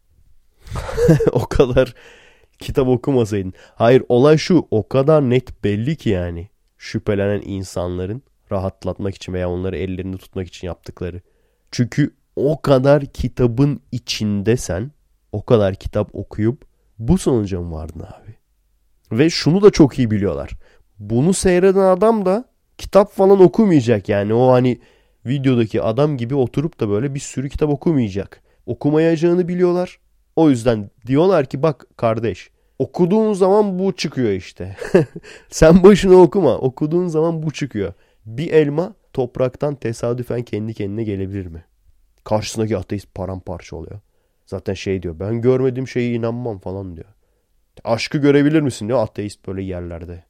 O kadar kitap okumasaydın. Hayır, olay şu, o kadar net belli ki yani şüphelenen insanların rahatlatmak için veya onları ellerinde tutmak için yaptıkları. Çünkü o kadar kitabın içinde sen o kadar kitap okuyup bu sonuca mı vardın abi? Ve şunu da çok iyi biliyorlar. Bunu seyreden adam da kitap falan okumayacak yani. O hani videodaki adam gibi oturup da böyle bir sürü kitap okumayacak. Okumayacağını biliyorlar. O yüzden diyorlar ki bak kardeş, okuduğun zaman bu çıkıyor işte. Sen başına okuma. Okuduğun zaman bu çıkıyor. Bir elma topraktan tesadüfen kendi kendine gelebilir mi? Karşısındaki ateist paramparça oluyor. Zaten şey diyor, ben görmediğim şeye inanmam falan diyor. Aşkı görebilir misin diyor ateist böyle yerlerde.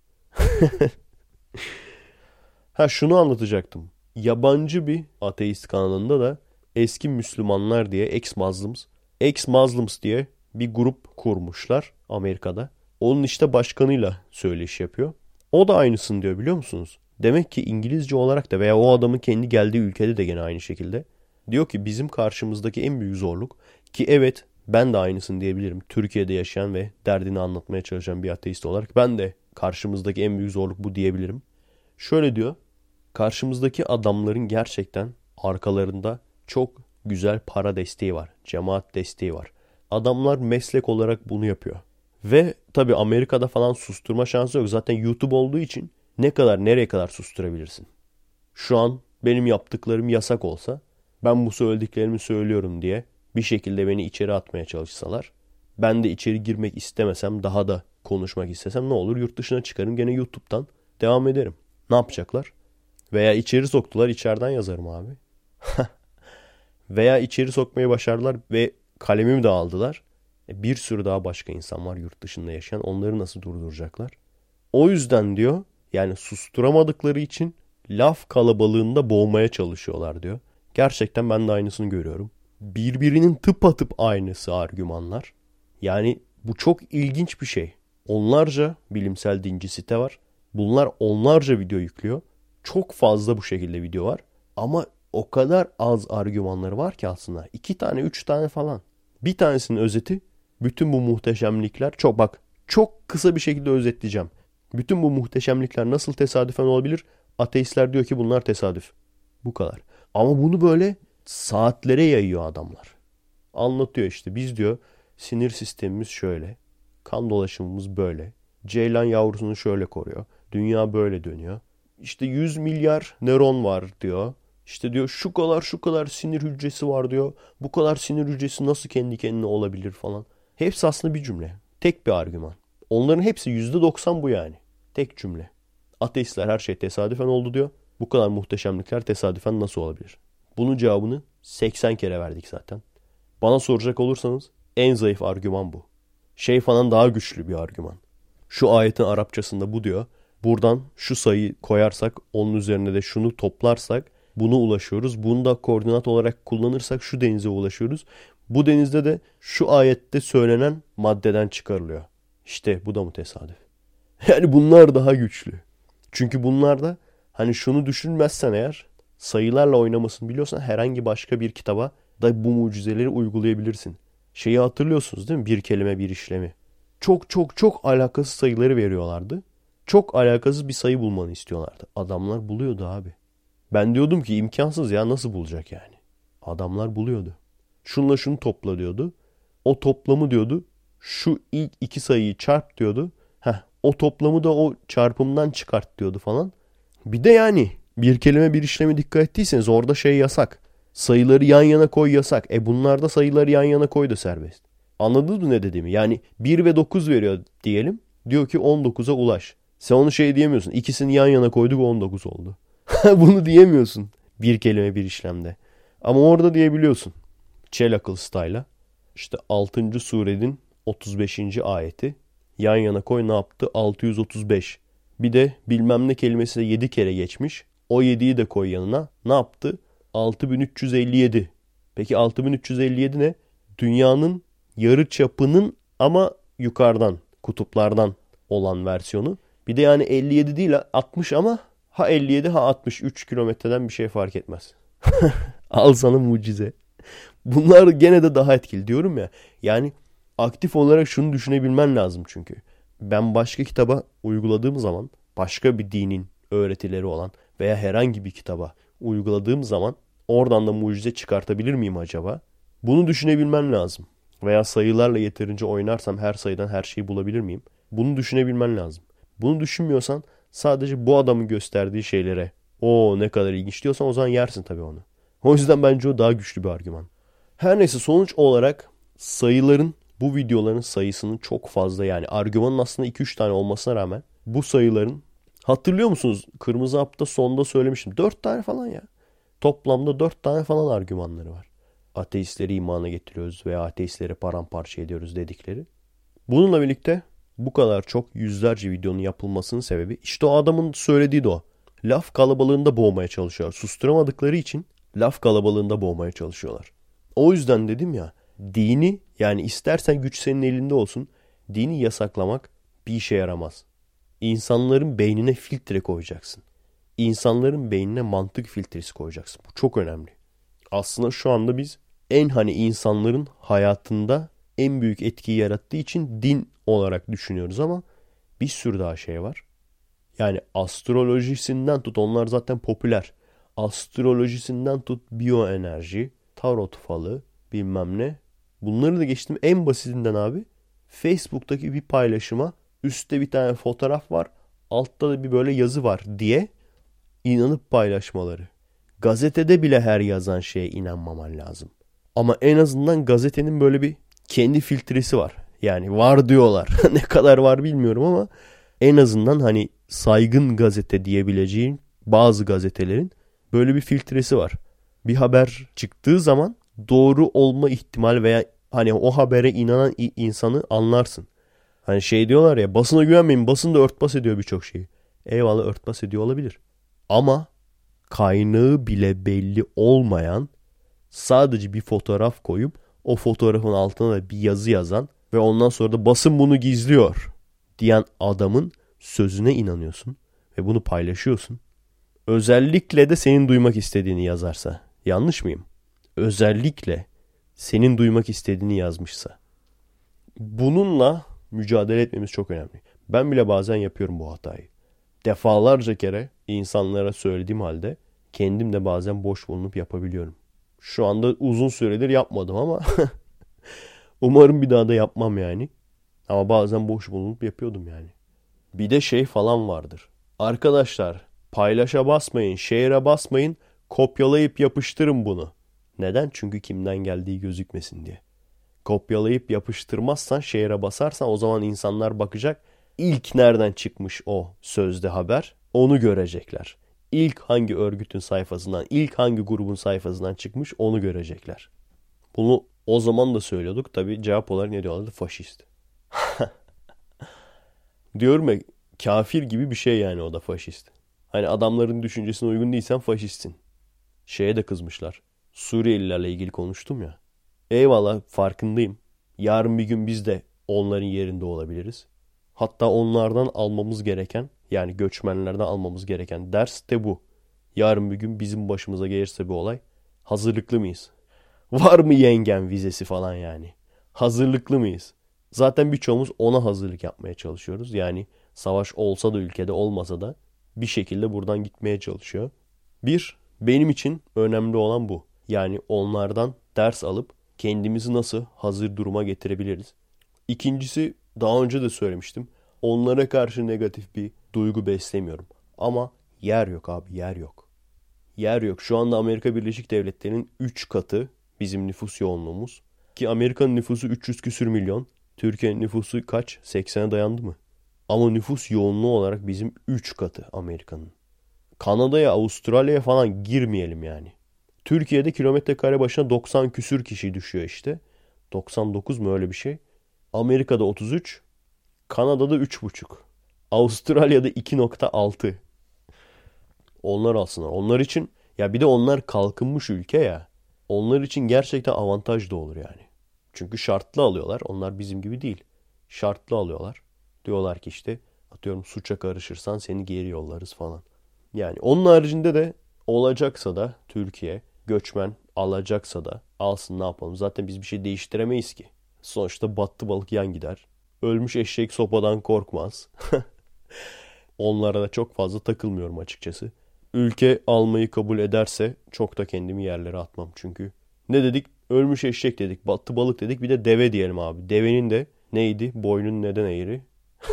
Şunu anlatacaktım. Yabancı bir ateist kanalında da eski Müslümanlar diye ex-Muslims diye bir grup kurmuşlar Amerika'da. Onun işte başkanıyla söyleşi yapıyor. O da aynısını diyor, biliyor musunuz? Demek ki İngilizce olarak da veya o adamın kendi geldiği ülkede de gene aynı şekilde. Diyor ki bizim karşımızdaki en büyük zorluk, ki evet ben de aynısını diyebilirim. Türkiye'de yaşayan ve derdini anlatmaya çalışan bir ateist olarak ben de karşımızdaki en büyük zorluk bu diyebilirim. Şöyle diyor. Karşımızdaki adamların gerçekten arkalarında çok güzel para desteği var. Cemaat desteği var. Adamlar meslek olarak bunu yapıyor. Ve tabii Amerika'da falan susturma şansı yok. Zaten YouTube olduğu için ne kadar nereye kadar susturabilirsin? Şu an benim yaptıklarım yasak olsa, ben bu söylediklerimi söylüyorum diye bir şekilde beni içeri atmaya çalışsalar, ben de içeri girmek istemesem, daha da konuşmak istesem ne olur? Yurt dışına çıkarım, gene YouTube'dan devam ederim. Ne yapacaklar? Veya içeri soktular, içeriden yazarım abi. Veya içeri sokmayı başardılar ve kalemimi de aldılar. Bir sürü daha başka insan var yurt dışında yaşayan. Onları nasıl durduracaklar? O yüzden diyor, yani susturamadıkları için laf kalabalığında boğmaya çalışıyorlar diyor. Gerçekten ben de aynısını görüyorum. Birbirinin tıpatıp aynısı argümanlar. Yani bu çok ilginç bir şey. Onlarca bilimsel dinci site var. Bunlar onlarca video yüklüyor. Çok fazla bu şekilde video var. Ama o kadar az argümanları var ki aslında. 2 tane 3 tane falan. Bir tanesinin özeti, bütün bu muhteşemlikler, çok kısa bir şekilde özetleyeceğim. Bütün bu muhteşemlikler nasıl tesadüfen olabilir? Ateistler diyor ki bunlar tesadüf. Bu kadar. Ama bunu böyle saatlere yayıyor adamlar. Anlatıyor işte, biz diyor sinir sistemimiz şöyle. Kan dolaşımımız böyle. Ceylan yavrusunu şöyle koruyor. Dünya böyle dönüyor. İşte 100 milyar nöron var diyor. İşte diyor şu kadar sinir hücresi var diyor. Bu kadar sinir hücresi nasıl kendi kendine olabilir falan. Hepsi aslında bir cümle. Tek bir argüman. Onların hepsi %90 bu yani. Tek cümle. Ateistler her şey tesadüfen oldu diyor. Bu kadar muhteşemlikler tesadüfen nasıl olabilir? Bunun cevabını 80 kere verdik zaten. Bana soracak olursanız en zayıf argüman bu. Şey falan daha güçlü bir argüman. Şu ayetin Arapçasında bu diyor. Buradan şu sayıyı koyarsak, onun üzerine de şunu toplarsak buna ulaşıyoruz. Bunu da koordinat olarak kullanırsak şu denize ulaşıyoruz. Bu denizde de şu ayette söylenen maddeden çıkarılıyor. İşte bu da mı tesadüf? Yani bunlar daha güçlü. Çünkü bunlarda hani şunu düşünmezsen eğer, sayılarla oynamasını biliyorsan herhangi başka bir kitaba da bu mucizeleri uygulayabilirsin. Şeyi hatırlıyorsunuz değil mi? Bir kelime bir işlemi. Çok alakasız sayıları veriyorlardı. Çok alakasız bir sayı bulmanı istiyorlardı. Adamlar buluyordu abi. Ben diyordum ki imkansız ya, nasıl bulacak yani? Adamlar buluyordu. Şunla şunu topla diyordu. O toplamı diyordu. Şu ilk 2 sayıyı çarp diyordu. O toplamı da o çarpımdan çıkart diyordu falan. Bir de yani bir kelime bir işleme dikkat ettiyseniz orada şey yasak. Sayıları yan yana koy yasak. Bunlarda sayıları yan yana koy da serbest. Anladınız mı ne dediğimi? Yani 1 ve 9 veriyor diyelim. Diyor ki 19'a ulaş. Sen onu şey diyemiyorsun. İkisini yan yana koyduk 19 oldu. Bunu diyemiyorsun bir kelime bir işlemde. Ama orada diyebiliyorsun. Çel akıl style'a. İşte 6. surenin 35. ayeti. Yan yana koy, ne yaptı? 635. Bir de bilmem ne kelimesi de 7 kere geçmiş. O 7'yi de koy yanına. Ne yaptı? 6357. Peki 6357 ne? Dünyanın yarı çapının ama yukarıdan, kutuplardan olan versiyonu. Bir de yani 57 değil 60 ama ha 57 ha 63 kilometreden bir şey fark etmez. Al sana mucize. Bunlar gene de daha etkili diyorum ya. Yani aktif olarak şunu düşünebilmen lazım çünkü. Ben başka kitaba uyguladığım zaman, başka bir dinin öğretileri olan veya herhangi bir kitaba uyguladığım zaman oradan da mucize çıkartabilir miyim acaba? Bunu düşünebilmen lazım. Veya sayılarla yeterince oynarsam her sayıdan her şeyi bulabilir miyim? Bunu düşünebilmen lazım. Bunu düşünmüyorsan sadece bu adamın gösterdiği şeylere o ne kadar ilginç diyorsan o zaman yersin tabii onu. O yüzden bence o daha güçlü bir argüman. Her neyse sonuç olarak sayıların, bu videoların sayısının çok fazla, yani argümanın aslında 2-3 tane olmasına rağmen bu sayıların, hatırlıyor musunuz? Kırmızı Hap'ta sonda söylemiştim. 4 tane falan ya. Toplamda 4 tane falan argümanları var. Ateistleri imana getiriyoruz veya ateistleri paramparça ediyoruz dedikleri. Bununla birlikte bu kadar çok yüzlerce videonun yapılmasının sebebi işte o adamın söylediği de o. Laf kalabalığında boğmaya çalışıyorlar. Susturamadıkları için laf kalabalığında boğmaya çalışıyorlar. O yüzden dedim ya, dini, yani istersen güç senin elinde olsun, dini yasaklamak bir işe yaramaz. İnsanların beynine filtre koyacaksın. İnsanların beynine mantık filtresi koyacaksın. Bu çok önemli. Aslında şu anda biz insanların hayatında en büyük etkiyi yarattığı için din olarak düşünüyoruz ama bir sürü daha şey var. Yani astrolojisinden tut, onlar zaten popüler. Astrolojisinden tut biyoenerji, tarot falı, bilmem ne. Bunları da geçtim. En basitinden abi, Facebook'taki bir paylaşıma üstte bir tane fotoğraf var, altta da bir böyle yazı var diye inanıp paylaşmaları. Gazetede bile her yazan şeye inanmaman lazım. Ama en azından gazetenin böyle bir kendi filtresi var. Yani var diyorlar. Ne kadar var bilmiyorum ama en azından hani saygın gazete diyebileceğin bazı gazetelerin böyle bir filtresi var. Bir haber çıktığı zaman doğru olma ihtimal veya hani o habere inanan insanı anlarsın. Hani şey diyorlar ya, basına güvenmeyin, basın da örtbas ediyor birçok şeyi. Eyvallah, örtbas ediyor olabilir. Ama kaynağı bile belli olmayan, sadece bir fotoğraf koyup o fotoğrafın altına da bir yazı yazan ve ondan sonra da basın bunu gizliyor diyen adamın sözüne inanıyorsun ve bunu paylaşıyorsun. Özellikle de senin duymak istediğini yazarsa. Yanlış mıyım? Özellikle senin duymak istediğini yazmışsa. Bununla mücadele etmemiz çok önemli. Ben bile bazen yapıyorum bu hatayı. Defalarca kere insanlara söylediğim halde kendim de bazen boş bulunup yapabiliyorum. Şu anda uzun süredir yapmadım ama umarım bir daha da yapmam yani. Ama bazen boş bulunup yapıyordum yani. Bir de şey falan vardır. Arkadaşlar, paylaşa basmayın, share'e basmayın, kopyalayıp yapıştırın bunu. Neden? Çünkü kimden geldiği gözükmesin diye. Kopyalayıp yapıştırmazsan, share'e basarsan o zaman insanlar bakacak. İlk nereden çıkmış o sözde haber, onu görecekler. İlk hangi örgütün sayfasından, ilk hangi grubun sayfasından çıkmış onu görecekler. Bunu o zaman da söylüyorduk. Tabii cevap olarak ne diyorlardı? Faşist. Diyorum ya, kafir gibi bir şey yani, o da faşist. Hani adamların düşüncesine uygun değilsen faşistsin. Şeye de kızmışlar. Suriyelilerle ilgili konuştum ya. Eyvallah, farkındayım. Yarın bir gün biz de onların yerinde olabiliriz. Hatta onlardan almamız gereken, yani göçmenlerden almamız gereken ders de bu. Yarın bir gün bizim başımıza gelirse bir olay, hazırlıklı mıyız? Var mı yengen vizesi falan yani? Hazırlıklı mıyız? Zaten birçoğumuz ona hazırlık yapmaya çalışıyoruz. Yani savaş olsa da ülkede, olmasa da bir şekilde buradan gitmeye çalışıyor. Benim için önemli olan bu. Yani onlardan ders alıp kendimizi nasıl hazır duruma getirebiliriz? İkincisi, daha önce de söylemiştim. Onlara karşı negatif bir duygu beslemiyorum. Ama yer yok abi, yer yok. Yer yok. Şu anda Amerika Birleşik Devletleri'nin 3 katı bizim nüfus yoğunluğumuz. Ki Amerika'nın nüfusu 300 küsür milyon. Türkiye'nin nüfusu kaç? 80'e dayandı mı? Ama nüfus yoğunluğu olarak bizim 3 katı Amerika'nın. Kanada'ya, Avustralya'ya falan girmeyelim yani. Türkiye'de kilometre kare başına 90 küsür kişi düşüyor işte. 99 mu, öyle bir şey. Amerika'da 33, Kanada'da 3,5, Avustralya'da 2,6. Onlar alsınlar. Onlar için Ya bir de onlar kalkınmış ülke ya. Onlar için gerçekten avantaj da olur yani. Çünkü şartlı alıyorlar. Onlar bizim gibi değil. Şartlı alıyorlar. Diyorlar ki işte atıyorum suça karışırsan seni geri yollarız falan. Yani onun haricinde de olacaksa da Türkiye göçmen alacaksa da alsın, ne yapalım. Zaten biz bir şey değiştiremeyiz ki. Sonuçta battı balık yan gider. Ölmüş eşek sopadan korkmaz. Onlara da çok fazla takılmıyorum açıkçası. Ülke almayı kabul ederse çok da kendimi yerlere atmam. Çünkü ne dedik? Ölmüş eşek dedik, battı balık dedik, bir de deve diyelim abi. Devenin de neydi? Boynun neden eğri?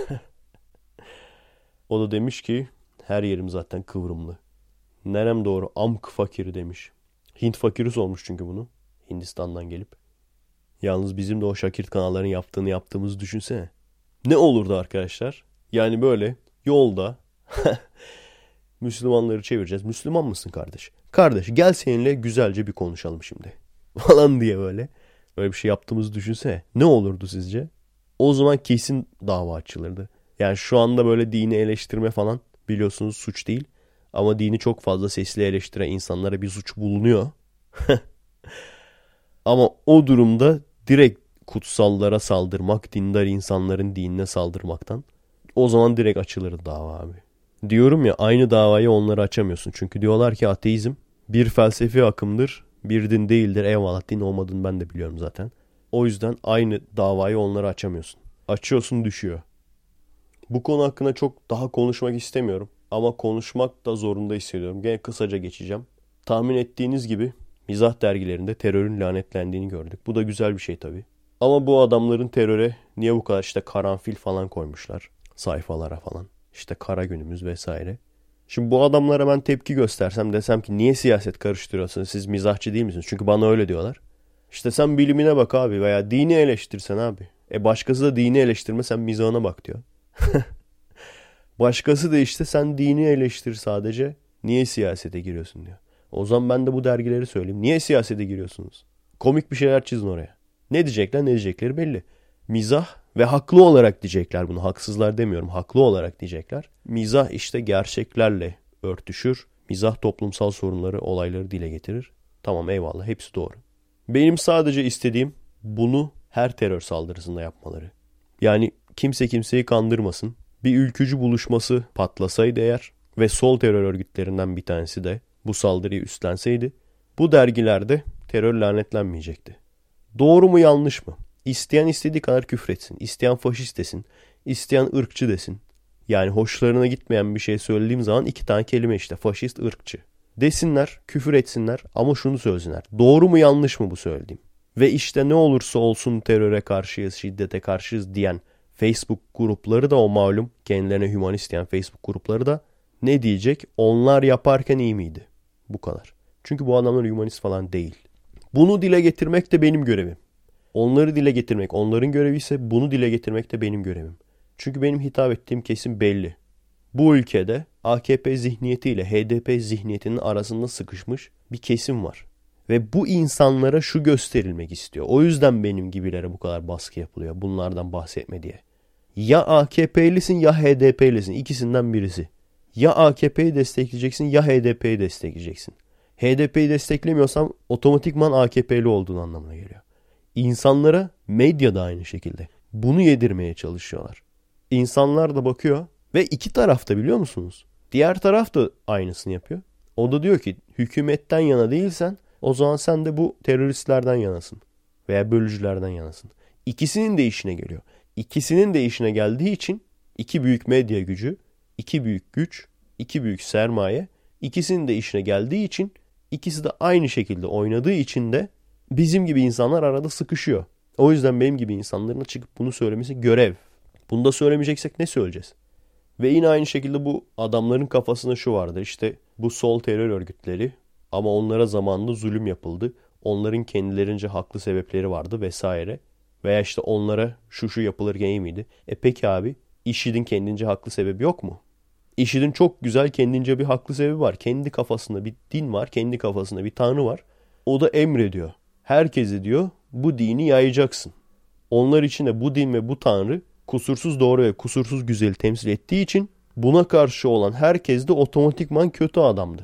O da demiş ki her yerim zaten kıvrımlı. Nerem doğru amk fakiri demiş. Hint fakiri sormuş çünkü bunu. Hindistan'dan gelip. Yalnız bizim de o Şakirt kanalların yaptığımızı düşünsene. Ne olurdu arkadaşlar? Yani böyle yolda Müslümanları çevireceğiz. Müslüman mısın kardeş? Kardeş gel seninle güzelce bir konuşalım şimdi. Falan diye böyle. Böyle bir şey yaptığımızı düşünsene. Ne olurdu sizce? O zaman kesin dava açılırdı. Yani şu anda böyle dini eleştirme falan biliyorsunuz suç değil. Ama dini çok fazla sesli eleştiren insanlara bir suç bulunuyor. Ama o durumda direkt kutsallara saldırmak, dindar insanların dinine saldırmaktan o zaman direkt açılır dava abi. Diyorum ya, aynı davayı onlara açamıyorsun. Çünkü diyorlar ki ateizm bir felsefi akımdır, bir din değildir. Eyvallah, din olmadığını ben de biliyorum zaten. O yüzden aynı davayı onlara açamıyorsun. Açıyorsun düşüyor. Bu konu hakkında çok daha konuşmak istemiyorum. Ama konuşmak da zorunda hissediyorum. Gene kısaca geçeceğim. Tahmin ettiğiniz gibi mizah dergilerinde terörün lanetlendiğini gördük. Bu da güzel bir şey tabii. Ama bu adamların teröre niye bu kadar işte karanfil falan koymuşlar sayfalara falan. İşte kara günümüz vesaire. Şimdi bu adamlara ben tepki göstersem, desem ki niye siyaset karıştırıyorsunuz, siz mizahçı değil misiniz? Çünkü bana öyle diyorlar. İşte sen bilimine bak abi veya dini eleştirsen abi. Başkası da dini eleştirme, sen mizahına bak diyor. Başkası da işte sen dini eleştir sadece, niye siyasete giriyorsun diyor. O zaman ben de bu dergileri söyleyeyim. Niye siyasete giriyorsunuz? Komik bir şeyler çizin oraya. Ne diyecekler, ne diyecekleri belli. Mizah ve haklı olarak diyecekler bunu. Haksızlar demiyorum. Haklı olarak diyecekler. Mizah işte gerçeklerle örtüşür. Mizah toplumsal sorunları, olayları dile getirir. Tamam, eyvallah, hepsi doğru. Benim sadece istediğim bunu her terör saldırısında yapmaları. Yani kimse kimseyi kandırmasın. Bir ülkücü buluşması patlasaydı eğer ve sol terör örgütlerinden bir tanesi de bu saldırıyı üstlenseydi, bu dergilerde terör lanetlenmeyecekti. Doğru mu yanlış mı? İsteyen istediği kadar küfretsin. İsteyen faşist desin. İsteyen ırkçı desin. Yani hoşlarına gitmeyen bir şey söylediğim zaman 2 tane kelime işte: faşist, ırkçı. Desinler, küfür etsinler ama şunu söylesinler: doğru mu yanlış mı bu söylediğim? Ve işte ne olursa olsun teröre karşıyız, şiddete karşıyız diyen Facebook grupları da, o malum kendilerine hümanist diyen Facebook grupları da ne diyecek? Onlar yaparken iyi miydi? Bu kadar. Çünkü bu adamlar hümanist falan değil. Bunu dile getirmek de benim görevim. Onları dile getirmek onların görevi ise bunu dile getirmek de benim görevim. Çünkü benim hitap ettiğim kesim belli. Bu ülkede AKP zihniyeti ile HDP zihniyetinin arasında sıkışmış bir kesim var. Ve bu insanlara şu gösterilmek istiyor. O yüzden benim gibilere bu kadar baskı yapılıyor. Bunlardan bahsetme diye. Ya AKP'lisin ya HDP'lisin. İkisinden birisi. Ya AKP'yi destekleyeceksin ya HDP'yi destekleyeceksin. HDP'yi desteklemiyorsan otomatikman AKP'li olduğun anlamına geliyor. İnsanlara medya da aynı şekilde bunu yedirmeye çalışıyorlar. İnsanlar da bakıyor ve iki tarafta, biliyor musunuz? Diğer taraf da aynısını yapıyor. O da diyor ki hükümetten yana değilsen o zaman sen de bu teröristlerden yanasın veya bölücülerden yanasın. İkisinin de işine geliyor. İkisinin de işine geldiği için iki büyük medya gücü, iki büyük güç, iki büyük sermaye, ikisinin de işine geldiği için, ikisi de aynı şekilde oynadığı için de bizim gibi insanlar arada sıkışıyor. O yüzden benim gibi insanların çıkıp bunu söylemesi görev. Bunu da söylemeyeceksek ne söyleyeceğiz? Ve yine aynı şekilde bu adamların kafasında şu vardı: işte bu sol terör örgütleri, ama onlara zamanında zulüm yapıldı. Onların kendilerince haklı sebepleri vardı vesaire. Veya işte onlara şu yapılırken iyi miydi? Peki abi, IŞİD'in kendince haklı sebebi yok mu? IŞİD'in çok güzel kendince bir haklı sebebi var. Kendi kafasında bir din var. Kendi kafasında bir tanrı var. O da emrediyor. Herkese diyor bu dini yayacaksın. Onlar için de bu din ve bu tanrı kusursuz doğru ve kusursuz güzeli temsil ettiği için buna karşı olan herkes de otomatikman kötü adamdır.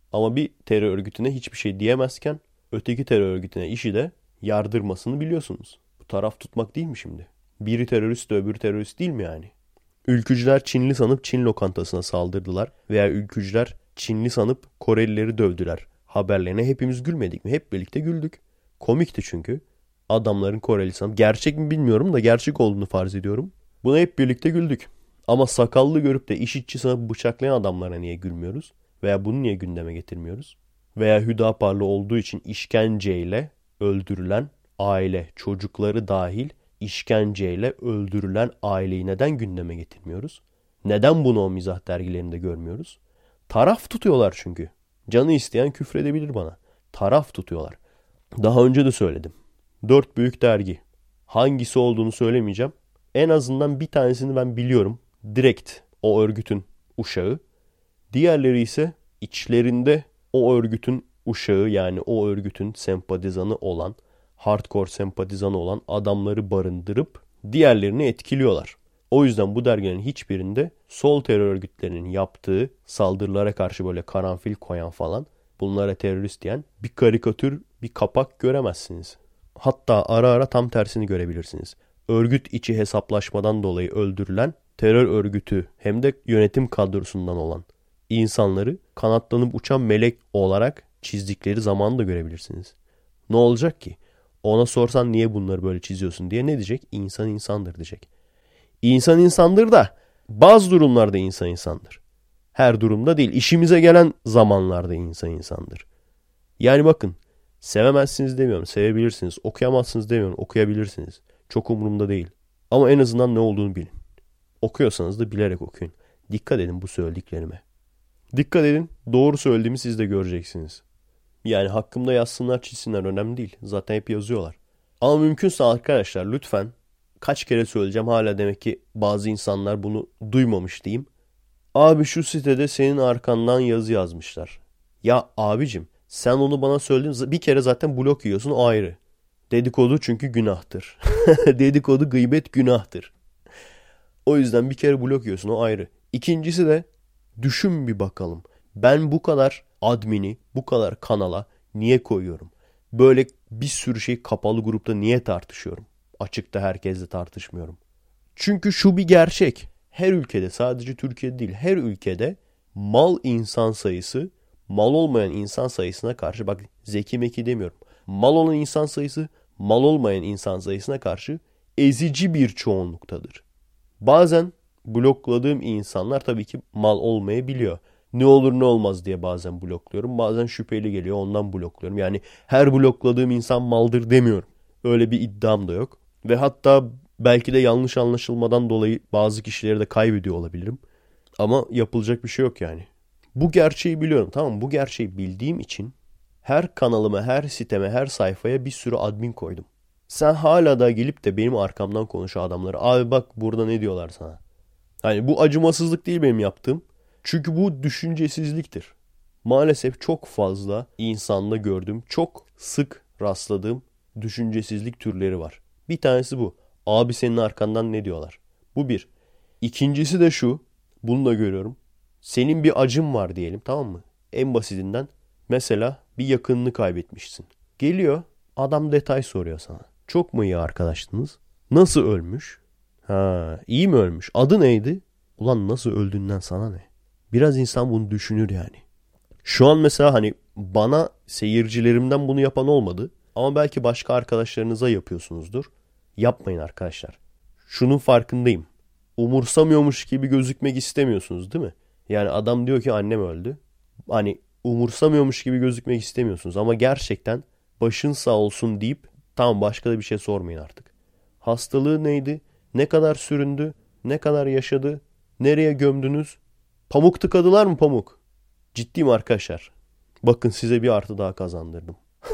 Ama bir terör örgütüne hiçbir şey diyemezken öteki terör örgütüne işi de yardırmasını biliyorsunuz. Bu taraf tutmak değil mi şimdi? Biri terörist de öbürü terörist değil mi yani? Ülkücüler Çinli sanıp Çin lokantasına saldırdılar veya ülkücüler Çinli sanıp Korelileri dövdüler. Haberlerine hepimiz gülmedik mi? Hep birlikte güldük. Komikti çünkü. Adamların Koreli sanıp. Gerçek mi bilmiyorum da gerçek olduğunu farz ediyorum. Buna hep birlikte güldük. Ama sakallı görüp de IŞİD'çi sanıp bıçaklayan adamlara niye gülmüyoruz? Veya bunu niye gündeme getirmiyoruz? Veya Hüdaparlı olduğu için işkenceyle öldürülen aile, çocukları dahil işkenceyle öldürülen aileyi neden gündeme getirmiyoruz? Neden bunu o mizah dergilerinde görmüyoruz? Taraf tutuyorlar çünkü. Canı isteyen küfredebilir bana. Taraf tutuyorlar. Daha önce de söyledim. 4 büyük dergi. Hangisi olduğunu söylemeyeceğim. En azından bir tanesini ben biliyorum. Direkt o örgütün uşağı. Diğerleri ise içlerinde o örgütün uşağı, yani o örgütün sempatizanı olan, hardcore sempatizanı olan adamları barındırıp diğerlerini etkiliyorlar. O yüzden bu dergilerin hiçbirinde sol terör örgütlerinin yaptığı saldırılara karşı böyle karanfil koyan falan, bunlara terörist diyen bir karikatür, bir kapak göremezsiniz. Hatta ara ara tam tersini görebilirsiniz. Örgüt içi hesaplaşmadan dolayı öldürülen terör örgütü hem de yönetim kadrosundan olan insanları kanatlanıp uçan melek olarak çizdikleri zamanı da görebilirsiniz. Ne olacak ki? Ona sorsan niye bunları böyle çiziyorsun diye ne diyecek? İnsan insandır diyecek. İnsan insandır da bazı durumlarda insan insandır. Her durumda değil. İşimize gelen zamanlarda insan insandır. Yani bakın, sevemezsiniz demiyorum, sevebilirsiniz. Okuyamazsınız demiyorum, okuyabilirsiniz. Çok umurumda değil. Ama en azından ne olduğunu bilin. Okuyorsanız da bilerek okuyun. Dikkat edin bu söylediklerime. Dikkat edin, doğru söylediğimi siz de göreceksiniz. Yani hakkımda yazsınlar çizsinler önemli değil. Zaten hep yazıyorlar. Ama mümkünse arkadaşlar lütfen, kaç kere söyleyeceğim hala demek ki bazı insanlar bunu duymamış diyeyim. Abi şu sitede senin arkandan yazı yazmışlar. Ya abicim, sen onu bana söyledin, bir kere zaten blok yiyorsun, o ayrı. Dedikodu çünkü günahtır. Dedikodu, gıybet günahtır. O yüzden bir kere blok yiyorsun, o ayrı. İkincisi de düşün bir bakalım. Ben bu kadar admini, bu kadar kanala niye koyuyorum? Böyle bir sürü şey kapalı grupta niye tartışıyorum? Açıkta herkesle tartışmıyorum. Çünkü şu bir gerçek. Her ülkede, sadece Türkiye'de değil, her ülkede mal insan sayısı, mal olmayan insan sayısına karşı, bak zeki meki demiyorum. Mal olan insan sayısı, mal olmayan insan sayısına karşı ezici bir çoğunluktadır. Bazen blokladığım insanlar tabii ki mal olmayabiliyor. Ne olur ne olmaz diye bazen blokluyorum. Bazen şüpheli geliyor, ondan blokluyorum. Yani her blokladığım insan maldır demiyorum. Öyle bir iddiam da yok. Ve hatta belki de yanlış anlaşılmadan dolayı bazı kişileri de kaybediyor olabilirim. Ama yapılacak bir şey yok yani. Bu gerçeği biliyorum, tamam mı? Bu gerçeği bildiğim için her kanalıma, her siteme, her sayfaya bir sürü admin koydum. Sen hala da gelip de benim arkamdan konuşan adamları, abi bak burada ne diyorlar sana. Hani bu acımasızlık değil benim yaptığım. Çünkü bu düşüncesizliktir. Maalesef çok fazla insanda gördüğüm, çok sık rastladığım düşüncesizlik türleri var. Bir tanesi bu. Abi senin arkandan ne diyorlar? Bu bir. İkincisi de şu. Bunu da görüyorum. Senin bir acın var diyelim, tamam mı? En basitinden mesela bir yakınını kaybetmişsin. Geliyor adam detay soruyor sana. Çok mu iyi arkadaştınız? Nasıl ölmüş? Ha, iyi mi ölmüş? Adı neydi? Ulan nasıl öldüğünden sana ne? Biraz insan bunu düşünür yani. Şu an mesela hani bana seyircilerimden bunu yapan olmadı. Ama belki başka arkadaşlarınıza yapıyorsunuzdur. Yapmayın arkadaşlar. Şunun farkındayım. Umursamıyormuş gibi gözükmek istemiyorsunuz değil mi? Yani adam diyor ki annem öldü. Hani umursamıyormuş gibi gözükmek istemiyorsunuz. Ama gerçekten başın sağ olsun deyip tamam, başka da bir şey sormayın artık. Hastalığı neydi? Ne kadar süründü? Ne kadar yaşadı? Nereye gömdünüz? Pamuk tıkadılar mı pamuk? Ciddiyim arkadaşlar. Bakın size bir artı daha kazandırdım.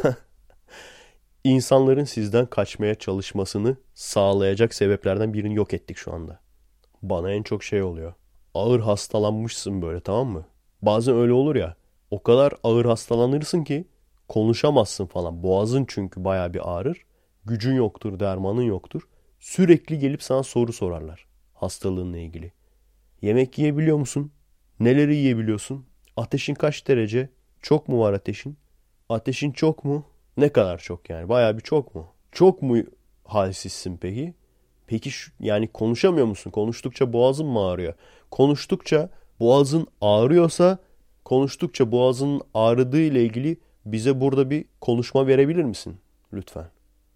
İnsanların sizden kaçmaya çalışmasını sağlayacak sebeplerden birini yok ettik şu anda. Bana en çok şey oluyor. Ağır hastalanmışsın böyle, tamam mı? Bazen öyle olur ya. O kadar ağır hastalanırsın ki konuşamazsın falan. Boğazın çünkü bayağı bir ağrır. Gücün yoktur, dermanın yoktur. Sürekli gelip sana soru sorarlar hastalığınla ilgili. Yemek yiyebiliyor musun? Neleri yiyebiliyorsun? Ateşin kaç derece? Çok mu var ateşin? Ateşin çok mu? Ne kadar çok yani? Bayağı bir çok mu? Çok mu halsizsin peki? Peki yani konuşamıyor musun? Konuştukça boğazın mı ağrıyor? Konuştukça boğazın ağrıyorsa konuştukça boğazının ağrıdığı ile ilgili bize burada bir konuşma verebilir misin? Lütfen.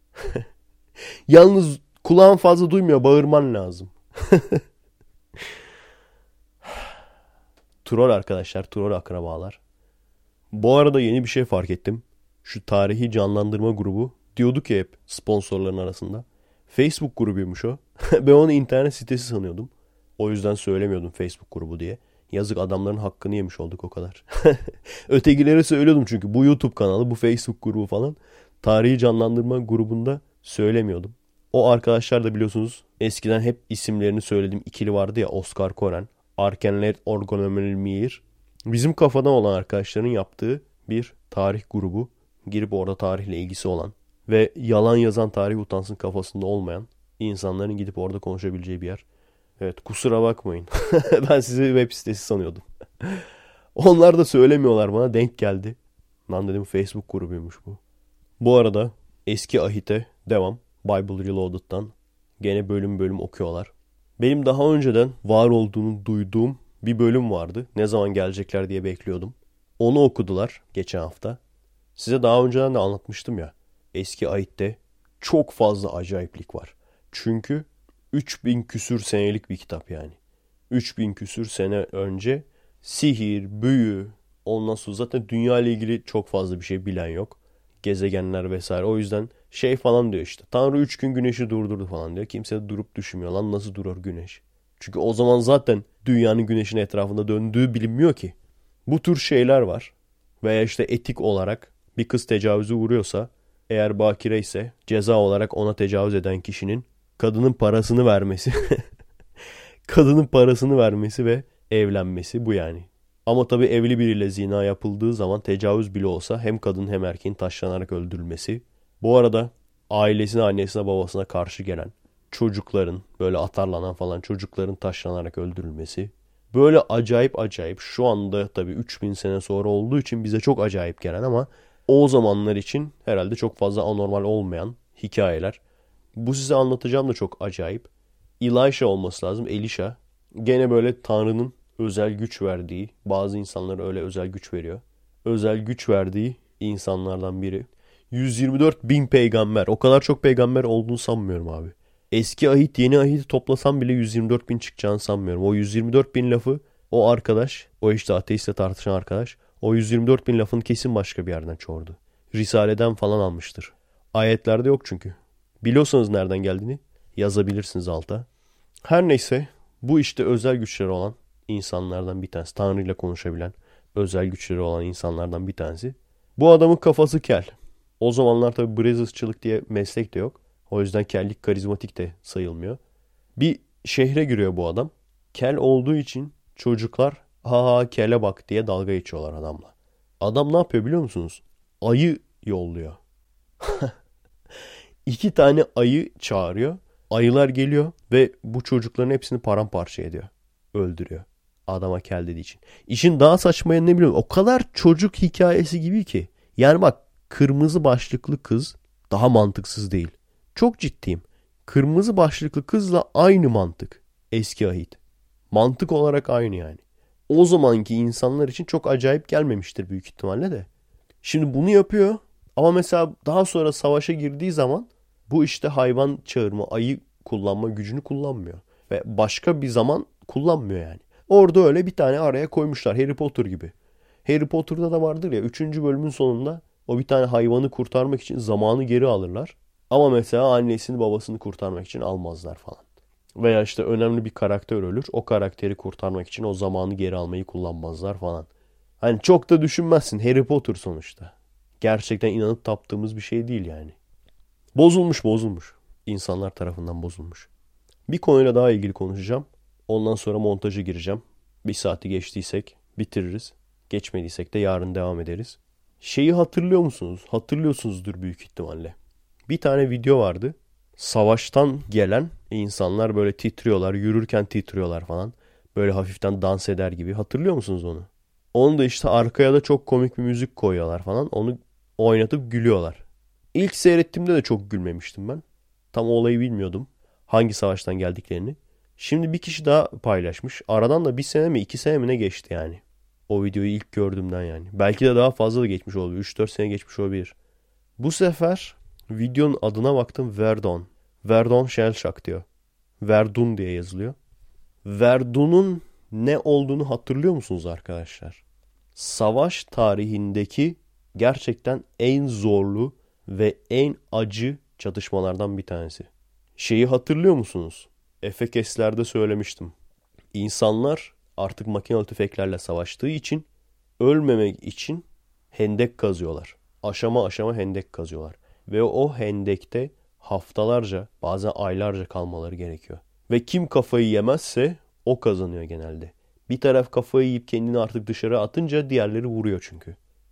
Yalnız kulağın fazla duymuyor. Bağırman lazım. Troll arkadaşlar. Troll akrabalar. Bu arada yeni bir şey fark ettim. Şu tarihi canlandırma grubu diyorduk ya hep sponsorların arasında. Facebook grubuymuş o. Ben onu internet sitesi sanıyordum. O yüzden söylemiyordum Facebook grubu diye. Yazık adamların hakkını yemiş olduk o kadar. Ötekilere söylüyordum çünkü bu YouTube kanalı, bu Facebook grubu falan. Tarihi canlandırma grubunda söylemiyordum. O arkadaşlar da biliyorsunuz eskiden hep isimlerini söylediğim ikili vardı ya, Oscar Koren, Arkenlet Orgonomilmir. Bizim kafadan olan arkadaşların yaptığı bir tarih grubu. Girip orada tarihle ilgisi olan ve yalan yazan tarih utansın kafasında olmayan insanların gidip orada konuşabileceği bir yer. Evet, kusura bakmayın. Ben sizi web sitesi sanıyordum. Onlar da söylemiyorlar, bana denk geldi. Lan dedim Facebook grubuymuş bu. Bu arada eski ahite devam. Bible Reloaded'dan gene bölüm bölüm okuyorlar. Benim daha önceden var olduğunu duyduğum bir bölüm vardı. Ne zaman gelecekler diye bekliyordum. Onu okudular geçen hafta. Size daha önceden de anlatmıştım ya. Eski ahitte çok fazla acayiplik var. Çünkü 3000 küsür senelik bir kitap yani. 3000 küsür sene önce sihir, büyü, ondan sonra zaten dünya ile ilgili çok fazla bir şey bilen yok. Gezegenler vesaire. O yüzden şey falan diyor işte. Tanrı 3 gün güneşi durdurdu falan diyor. Kimse de durup düşünmüyor. Lan nasıl durur güneş? Çünkü o zaman zaten dünyanın güneşin etrafında döndüğü bilinmiyor ki. Bu tür şeyler var. Veya işte etik olarak bir kız tecavüze uğruyorsa, eğer bakire ise ceza olarak ona tecavüz eden kişinin kadının parasını vermesi. Kadının parasını vermesi ve evlenmesi bu yani. Ama tabii evli biriyle zina yapıldığı zaman tecavüz bile olsa hem kadın hem erkeğin taşlanarak öldürülmesi. Bu arada ailesine, annesine, babasına karşı gelen çocukların, böyle atarlanan falan çocukların taşlanarak öldürülmesi. Böyle acayip şu anda tabii 3000 sene sonra olduğu için bize çok acayip gelen ama o zamanlar için herhalde çok fazla anormal olmayan hikayeler. Bu size anlatacağım da çok acayip. Elisha olması lazım. Elisha. Gene böyle Tanrı'nın özel güç verdiği, bazı insanlara öyle özel güç veriyor. Özel güç verdiği insanlardan biri. 124 bin peygamber. O kadar çok peygamber olduğunu sanmıyorum abi. Eski ahit, yeni ahit toplasam bile 124 bin çıkacağını sanmıyorum. O 124 bin lafı o arkadaş, o işte ateistle tartışan arkadaş, o 124 bin lafını kesin başka bir yerden çoğurdu. Risale'den falan almıştır. Ayetlerde yok çünkü. Biliyorsanız nereden geldiğini yazabilirsiniz alta. Her neyse bu işte özel güçleri olan insanlardan bir tanesi. Tanrı ile konuşabilen özel güçleri olan insanlardan bir tanesi. Bu adamın kafası kel. O zamanlar tabii Brazosçılık diye meslek de yok. O yüzden kellik karizmatik de sayılmıyor. Bir şehre giriyor bu adam. Kel olduğu için çocuklar ha kele bak diye dalga geçiyorlar adamla. Adam ne yapıyor biliyor musunuz? Ayı yolluyor. 2 tane ayı çağırıyor. Ayılar geliyor ve bu çocukların hepsini paramparça ediyor. Öldürüyor. Adama kel dediği için. İşin daha saçma yanı ne biliyor musun? O kadar çocuk hikayesi gibi ki. Yani bak, kırmızı başlıklı kız daha mantıksız değil. Çok ciddiyim. Kırmızı başlıklı kızla aynı mantık. Eski ahit. Mantık olarak aynı yani. O zamanki insanlar için çok acayip gelmemiştir büyük ihtimalle de. Şimdi bunu yapıyor ama mesela daha sonra savaşa girdiği zaman bu işte hayvan çağırma, ayı kullanma gücünü kullanmıyor. Ve başka bir zaman kullanmıyor yani. Orada öyle bir tane araya koymuşlar, Harry Potter gibi. Harry Potter'da da vardır ya, 3. bölümün sonunda o bir tane hayvanı kurtarmak için zamanı geri alırlar. Ama mesela annesini babasını kurtarmak için almazlar falan. Veya işte önemli bir karakter ölür. O karakteri kurtarmak için o zamanı geri almayı kullanmazlar falan. Hani çok da düşünmezsin, Harry Potter sonuçta. Gerçekten inanıp taptığımız bir şey değil yani. Bozulmuş. İnsanlar tarafından bozulmuş. Bir konuyla daha ilgili konuşacağım. Ondan sonra montaja gireceğim. 1 saati geçtiysek bitiririz. Geçmediysek de yarın devam ederiz. Şeyi hatırlıyor musunuz? Hatırlıyorsunuzdur büyük ihtimalle. Bir tane video vardı. Savaştan gelen insanlar böyle titriyorlar. Yürürken titriyorlar falan. Böyle hafiften dans eder gibi. Hatırlıyor musunuz onu? Onu da işte arkaya da çok komik bir müzik koyuyorlar falan. Onu oynatıp gülüyorlar. İlk seyrettiğimde de çok gülmemiştim ben. Tam olayı bilmiyordum. Hangi savaştan geldiklerini. Şimdi bir kişi daha paylaşmış. Aradan da 1 sene mi 2 sene mi ne geçti yani. O videoyu ilk gördüğümden yani. Belki de daha fazla da geçmiş olabilir. 3-4 sene geçmiş olabilir. Bu sefer videonun adına baktım, Verdun. Verdun Shell Shock diyor. Verdun diye yazılıyor. Verdun'un ne olduğunu hatırlıyor musunuz arkadaşlar? Savaş tarihindeki gerçekten en zorlu ve en acı çatışmalardan bir tanesi. Şeyi hatırlıyor musunuz? Efekes'lerde söylemiştim. İnsanlar artık makinalı tüfeklerle savaştığı için ölmemek için hendek kazıyorlar. Aşama aşama hendek kazıyorlar. Ve o hendekte haftalarca, bazen aylarca kalmaları gerekiyor. Ve kim kafayı yemezse o kazanıyor genelde. Bir taraf kafayı yiyip kendini artık dışarı atınca diğerleri vuruyor çünkü.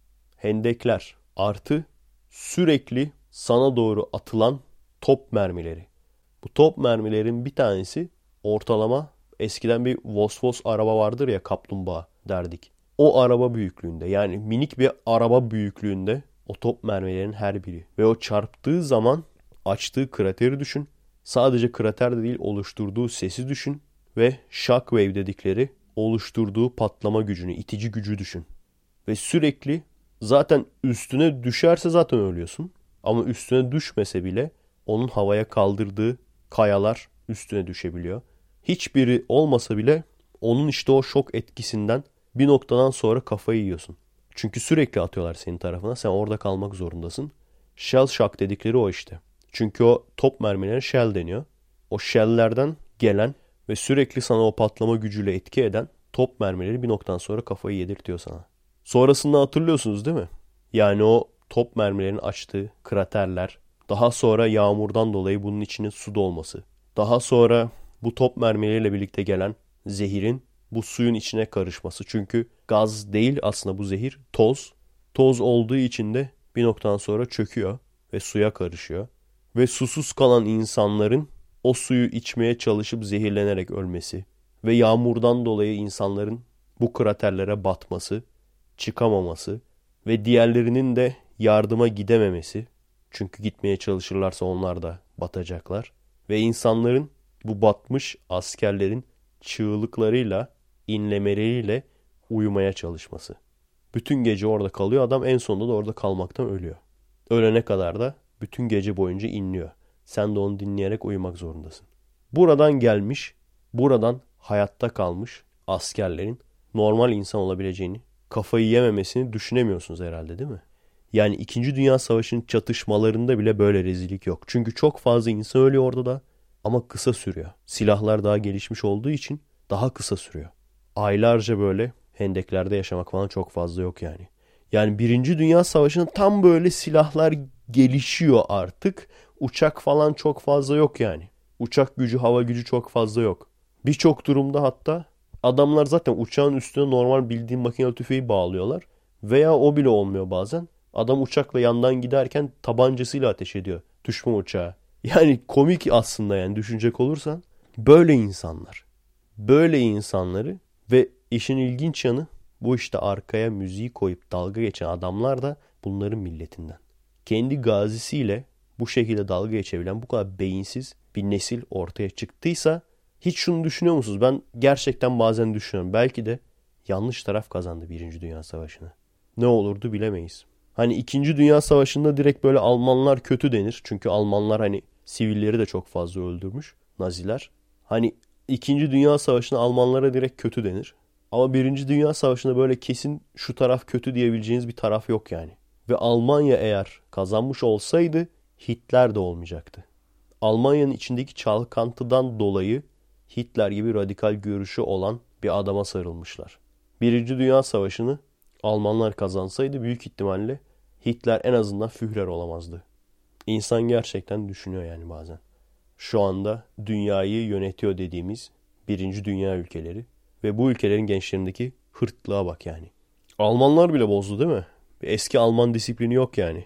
Hendekler artı sürekli sana doğru atılan top mermileri. Bu top mermilerin bir tanesi ortalama, eskiden bir Vosvos araba vardır ya, kaplumbağa derdik. O araba büyüklüğünde, yani minik bir araba büyüklüğünde o top mermilerin her biri. Ve o çarptığı zaman açtığı krateri düşün. Sadece krater de değil, oluşturduğu sesi düşün. Ve shockwave dedikleri oluşturduğu patlama gücünü, itici gücü düşün. Ve sürekli zaten üstüne düşerse zaten ölüyorsun. Ama üstüne düşmese bile onun havaya kaldırdığı kayalar üstüne düşebiliyor. Hiçbiri olmasa bile onun işte o şok etkisinden bir noktadan sonra kafayı yiyorsun. Çünkü sürekli atıyorlar senin tarafına. Sen orada kalmak zorundasın. Shell shock dedikleri o işte. Çünkü o top mermilerine shell deniyor. O shell'lerden gelen ve sürekli sana o patlama gücüyle etki eden top mermileri bir noktadan sonra kafayı yedirtiyor sana. Sonrasında hatırlıyorsunuz değil mi? Yani o top mermilerin açtığı kraterler, daha sonra yağmurdan dolayı bunun içinin su dolması, daha sonra bu top mermileriyle birlikte gelen zehirin bu suyun içine karışması. Çünkü gaz değil aslında bu zehir, toz. Toz olduğu için de bir noktadan sonra çöküyor ve suya karışıyor. Ve susuz kalan insanların o suyu içmeye çalışıp zehirlenerek ölmesi ve yağmurdan dolayı insanların bu kraterlere batması, çıkamaması ve diğerlerinin de yardıma gidememesi. Çünkü gitmeye çalışırlarsa onlar da batacaklar. Ve insanların bu batmış askerlerin çığlıklarıyla, inlemeleriyle uyumaya çalışması. Bütün gece orada kalıyor adam, en sonunda da orada kalmaktan ölüyor. Ölene kadar da bütün gece boyunca inliyor. Sen de onu dinleyerek uyumak zorundasın. Buradan gelmiş, buradan hayatta kalmış askerlerin normal insan olabileceğini, kafayı yememesini düşünemiyorsunuz herhalde değil mi? Yani 2. Dünya Savaşı'nın çatışmalarında bile böyle rezillik yok. Çünkü çok fazla insan ölüyor orada da ama kısa sürüyor. Silahlar daha gelişmiş olduğu için daha kısa sürüyor. Aylarca böyle hendeklerde yaşamak falan çok fazla yok yani. Yani 1. Dünya Savaşı'nda tam böyle silahlar gelişiyor artık. Uçak falan çok fazla yok yani. Uçak gücü, hava gücü çok fazla yok. Birçok durumda hatta adamlar zaten uçağın üstüne normal bildiğin makinalı tüfeği bağlıyorlar. Veya o bile olmuyor bazen. Adam uçakla yandan giderken tabancasıyla ateş ediyor düşman uçağı. Yani komik aslında, yani düşünecek olursan. Böyle insanlar. Böyle insanları ve işin ilginç yanı, bu işte arkaya müziği koyup dalga geçen adamlar da bunların milletinden. Kendi gazisiyle bu şekilde dalga geçebilen bu kadar beyinsiz bir nesil ortaya çıktıysa hiç şunu düşünüyor musunuz? Ben gerçekten bazen düşünüyorum. Belki de yanlış taraf kazandı 1. Dünya Savaşı'nı. Ne olurdu bilemeyiz. Hani 2. Dünya Savaşı'nda direkt böyle Almanlar kötü denir. Çünkü Almanlar hani sivilleri de çok fazla öldürmüş, Naziler. Hani 2. Dünya Savaşı'nda Almanlara direkt kötü denir. Ama 1. Dünya Savaşı'nda böyle kesin şu taraf kötü diyebileceğiniz bir taraf yok yani. Ve Almanya eğer kazanmış olsaydı Hitler de olmayacaktı. Almanya'nın içindeki çalkantıdan dolayı Hitler gibi radikal görüşü olan bir adama sarılmışlar. 1. Dünya Savaşı'nı Almanlar kazansaydı büyük ihtimalle Hitler en azından Führer olamazdı. İnsan gerçekten düşünüyor yani bazen. Şu anda dünyayı yönetiyor dediğimiz 1. Dünya ülkeleri ve bu ülkelerin gençlerindeki hırtlığa bak yani. Almanlar bile bozdu değil mi? Eski Alman disiplini yok yani.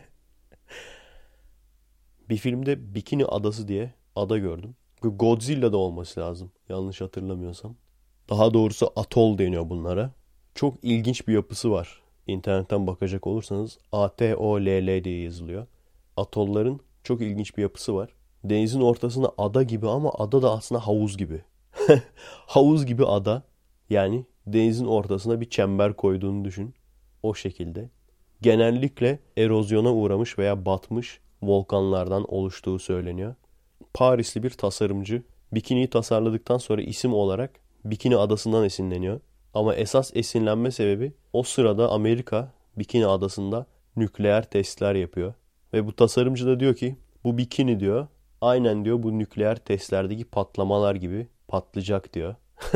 Bir filmde Bikini Adası diye ada gördüm. Godzilla'da olması lazım yanlış hatırlamıyorsam. Daha doğrusu atol deniyor bunlara. Çok ilginç bir yapısı var. İnternetten bakacak olursanız ATOLL diye yazılıyor. Atolların çok ilginç bir yapısı var. Denizin ortasında ada gibi ama ada da aslında havuz gibi. Havuz gibi ada. Yani denizin ortasına bir çember koyduğunu düşün. O şekilde. Genellikle erozyona uğramış veya batmış volkanlardan oluştuğu söyleniyor. Parisli bir tasarımcı Bikini'yi tasarladıktan sonra isim olarak Bikini Adası'ndan esinleniyor. Ama esas esinlenme sebebi o sırada Amerika Bikini Adası'nda nükleer testler yapıyor. Ve bu tasarımcı da diyor ki bu bikini diyor aynen diyor bu nükleer testlerdeki patlamalar gibi patlayacak diyor.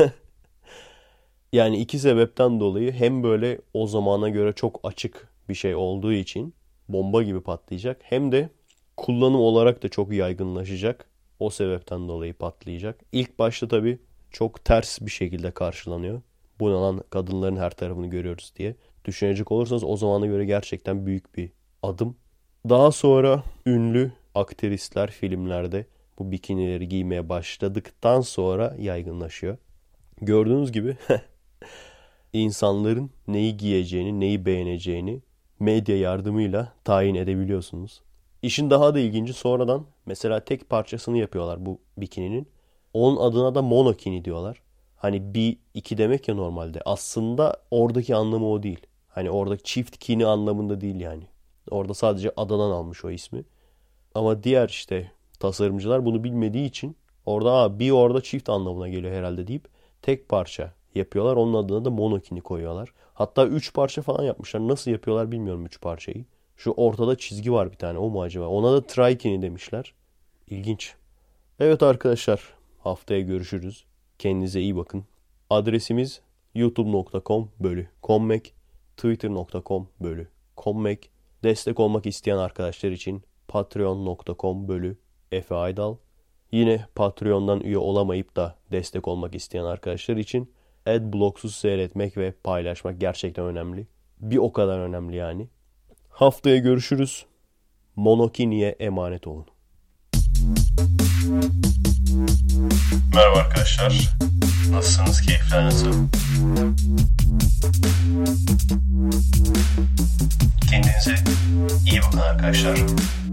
Yani iki sebepten dolayı hem böyle o zamana göre çok açık bir şey olduğu için bomba gibi patlayacak. Hem de kullanım olarak da çok yaygınlaşacak. O sebepten dolayı patlayacak. İlk başta tabii çok ters bir şekilde karşılanıyor. Bu ne lan kadınların her tarafını görüyoruz diye. Düşünecek olursanız o zamana göre gerçekten büyük bir adım. Daha sonra ünlü aktrisler filmlerde bu bikinileri giymeye başladıktan sonra yaygınlaşıyor. Gördüğünüz gibi insanların neyi giyeceğini, neyi beğeneceğini medya yardımıyla tayin edebiliyorsunuz. İşin daha da ilginci sonradan mesela tek parçasını yapıyorlar bu bikininin. Onun adına da monokini diyorlar. Hani bir iki demek ya normalde. Aslında oradaki anlamı o değil. Hani orada çift kini anlamında değil yani. Orada sadece adadan almış o ismi. Ama diğer işte tasarımcılar bunu bilmediği için orada çift anlamına geliyor herhalde deyip tek parça yapıyorlar. Onun adına da monokini koyuyorlar. Hatta 3 parça falan yapmışlar. Nasıl yapıyorlar bilmiyorum 3 parçayı. Şu ortada çizgi var bir tane. O mu acaba? Ona da trikini demişler. İlginç. Evet arkadaşlar. Haftaya görüşürüz. Kendinize iyi bakın. Adresimiz youtube.com/kommek, twitter.com/kommek. Destek olmak isteyen arkadaşlar için patreon.com/Efe Aydal. Yine Patreon'dan üye olamayıp da destek olmak isteyen arkadaşlar için adblocksuz seyretmek ve paylaşmak gerçekten önemli. Bir o kadar önemli yani. Haftaya görüşürüz. Monokini'ye emanet olun. Merhaba arkadaşlar. Nasılsınız? Keyifler nasıl? Kendinize iyi bakın arkadaşlar.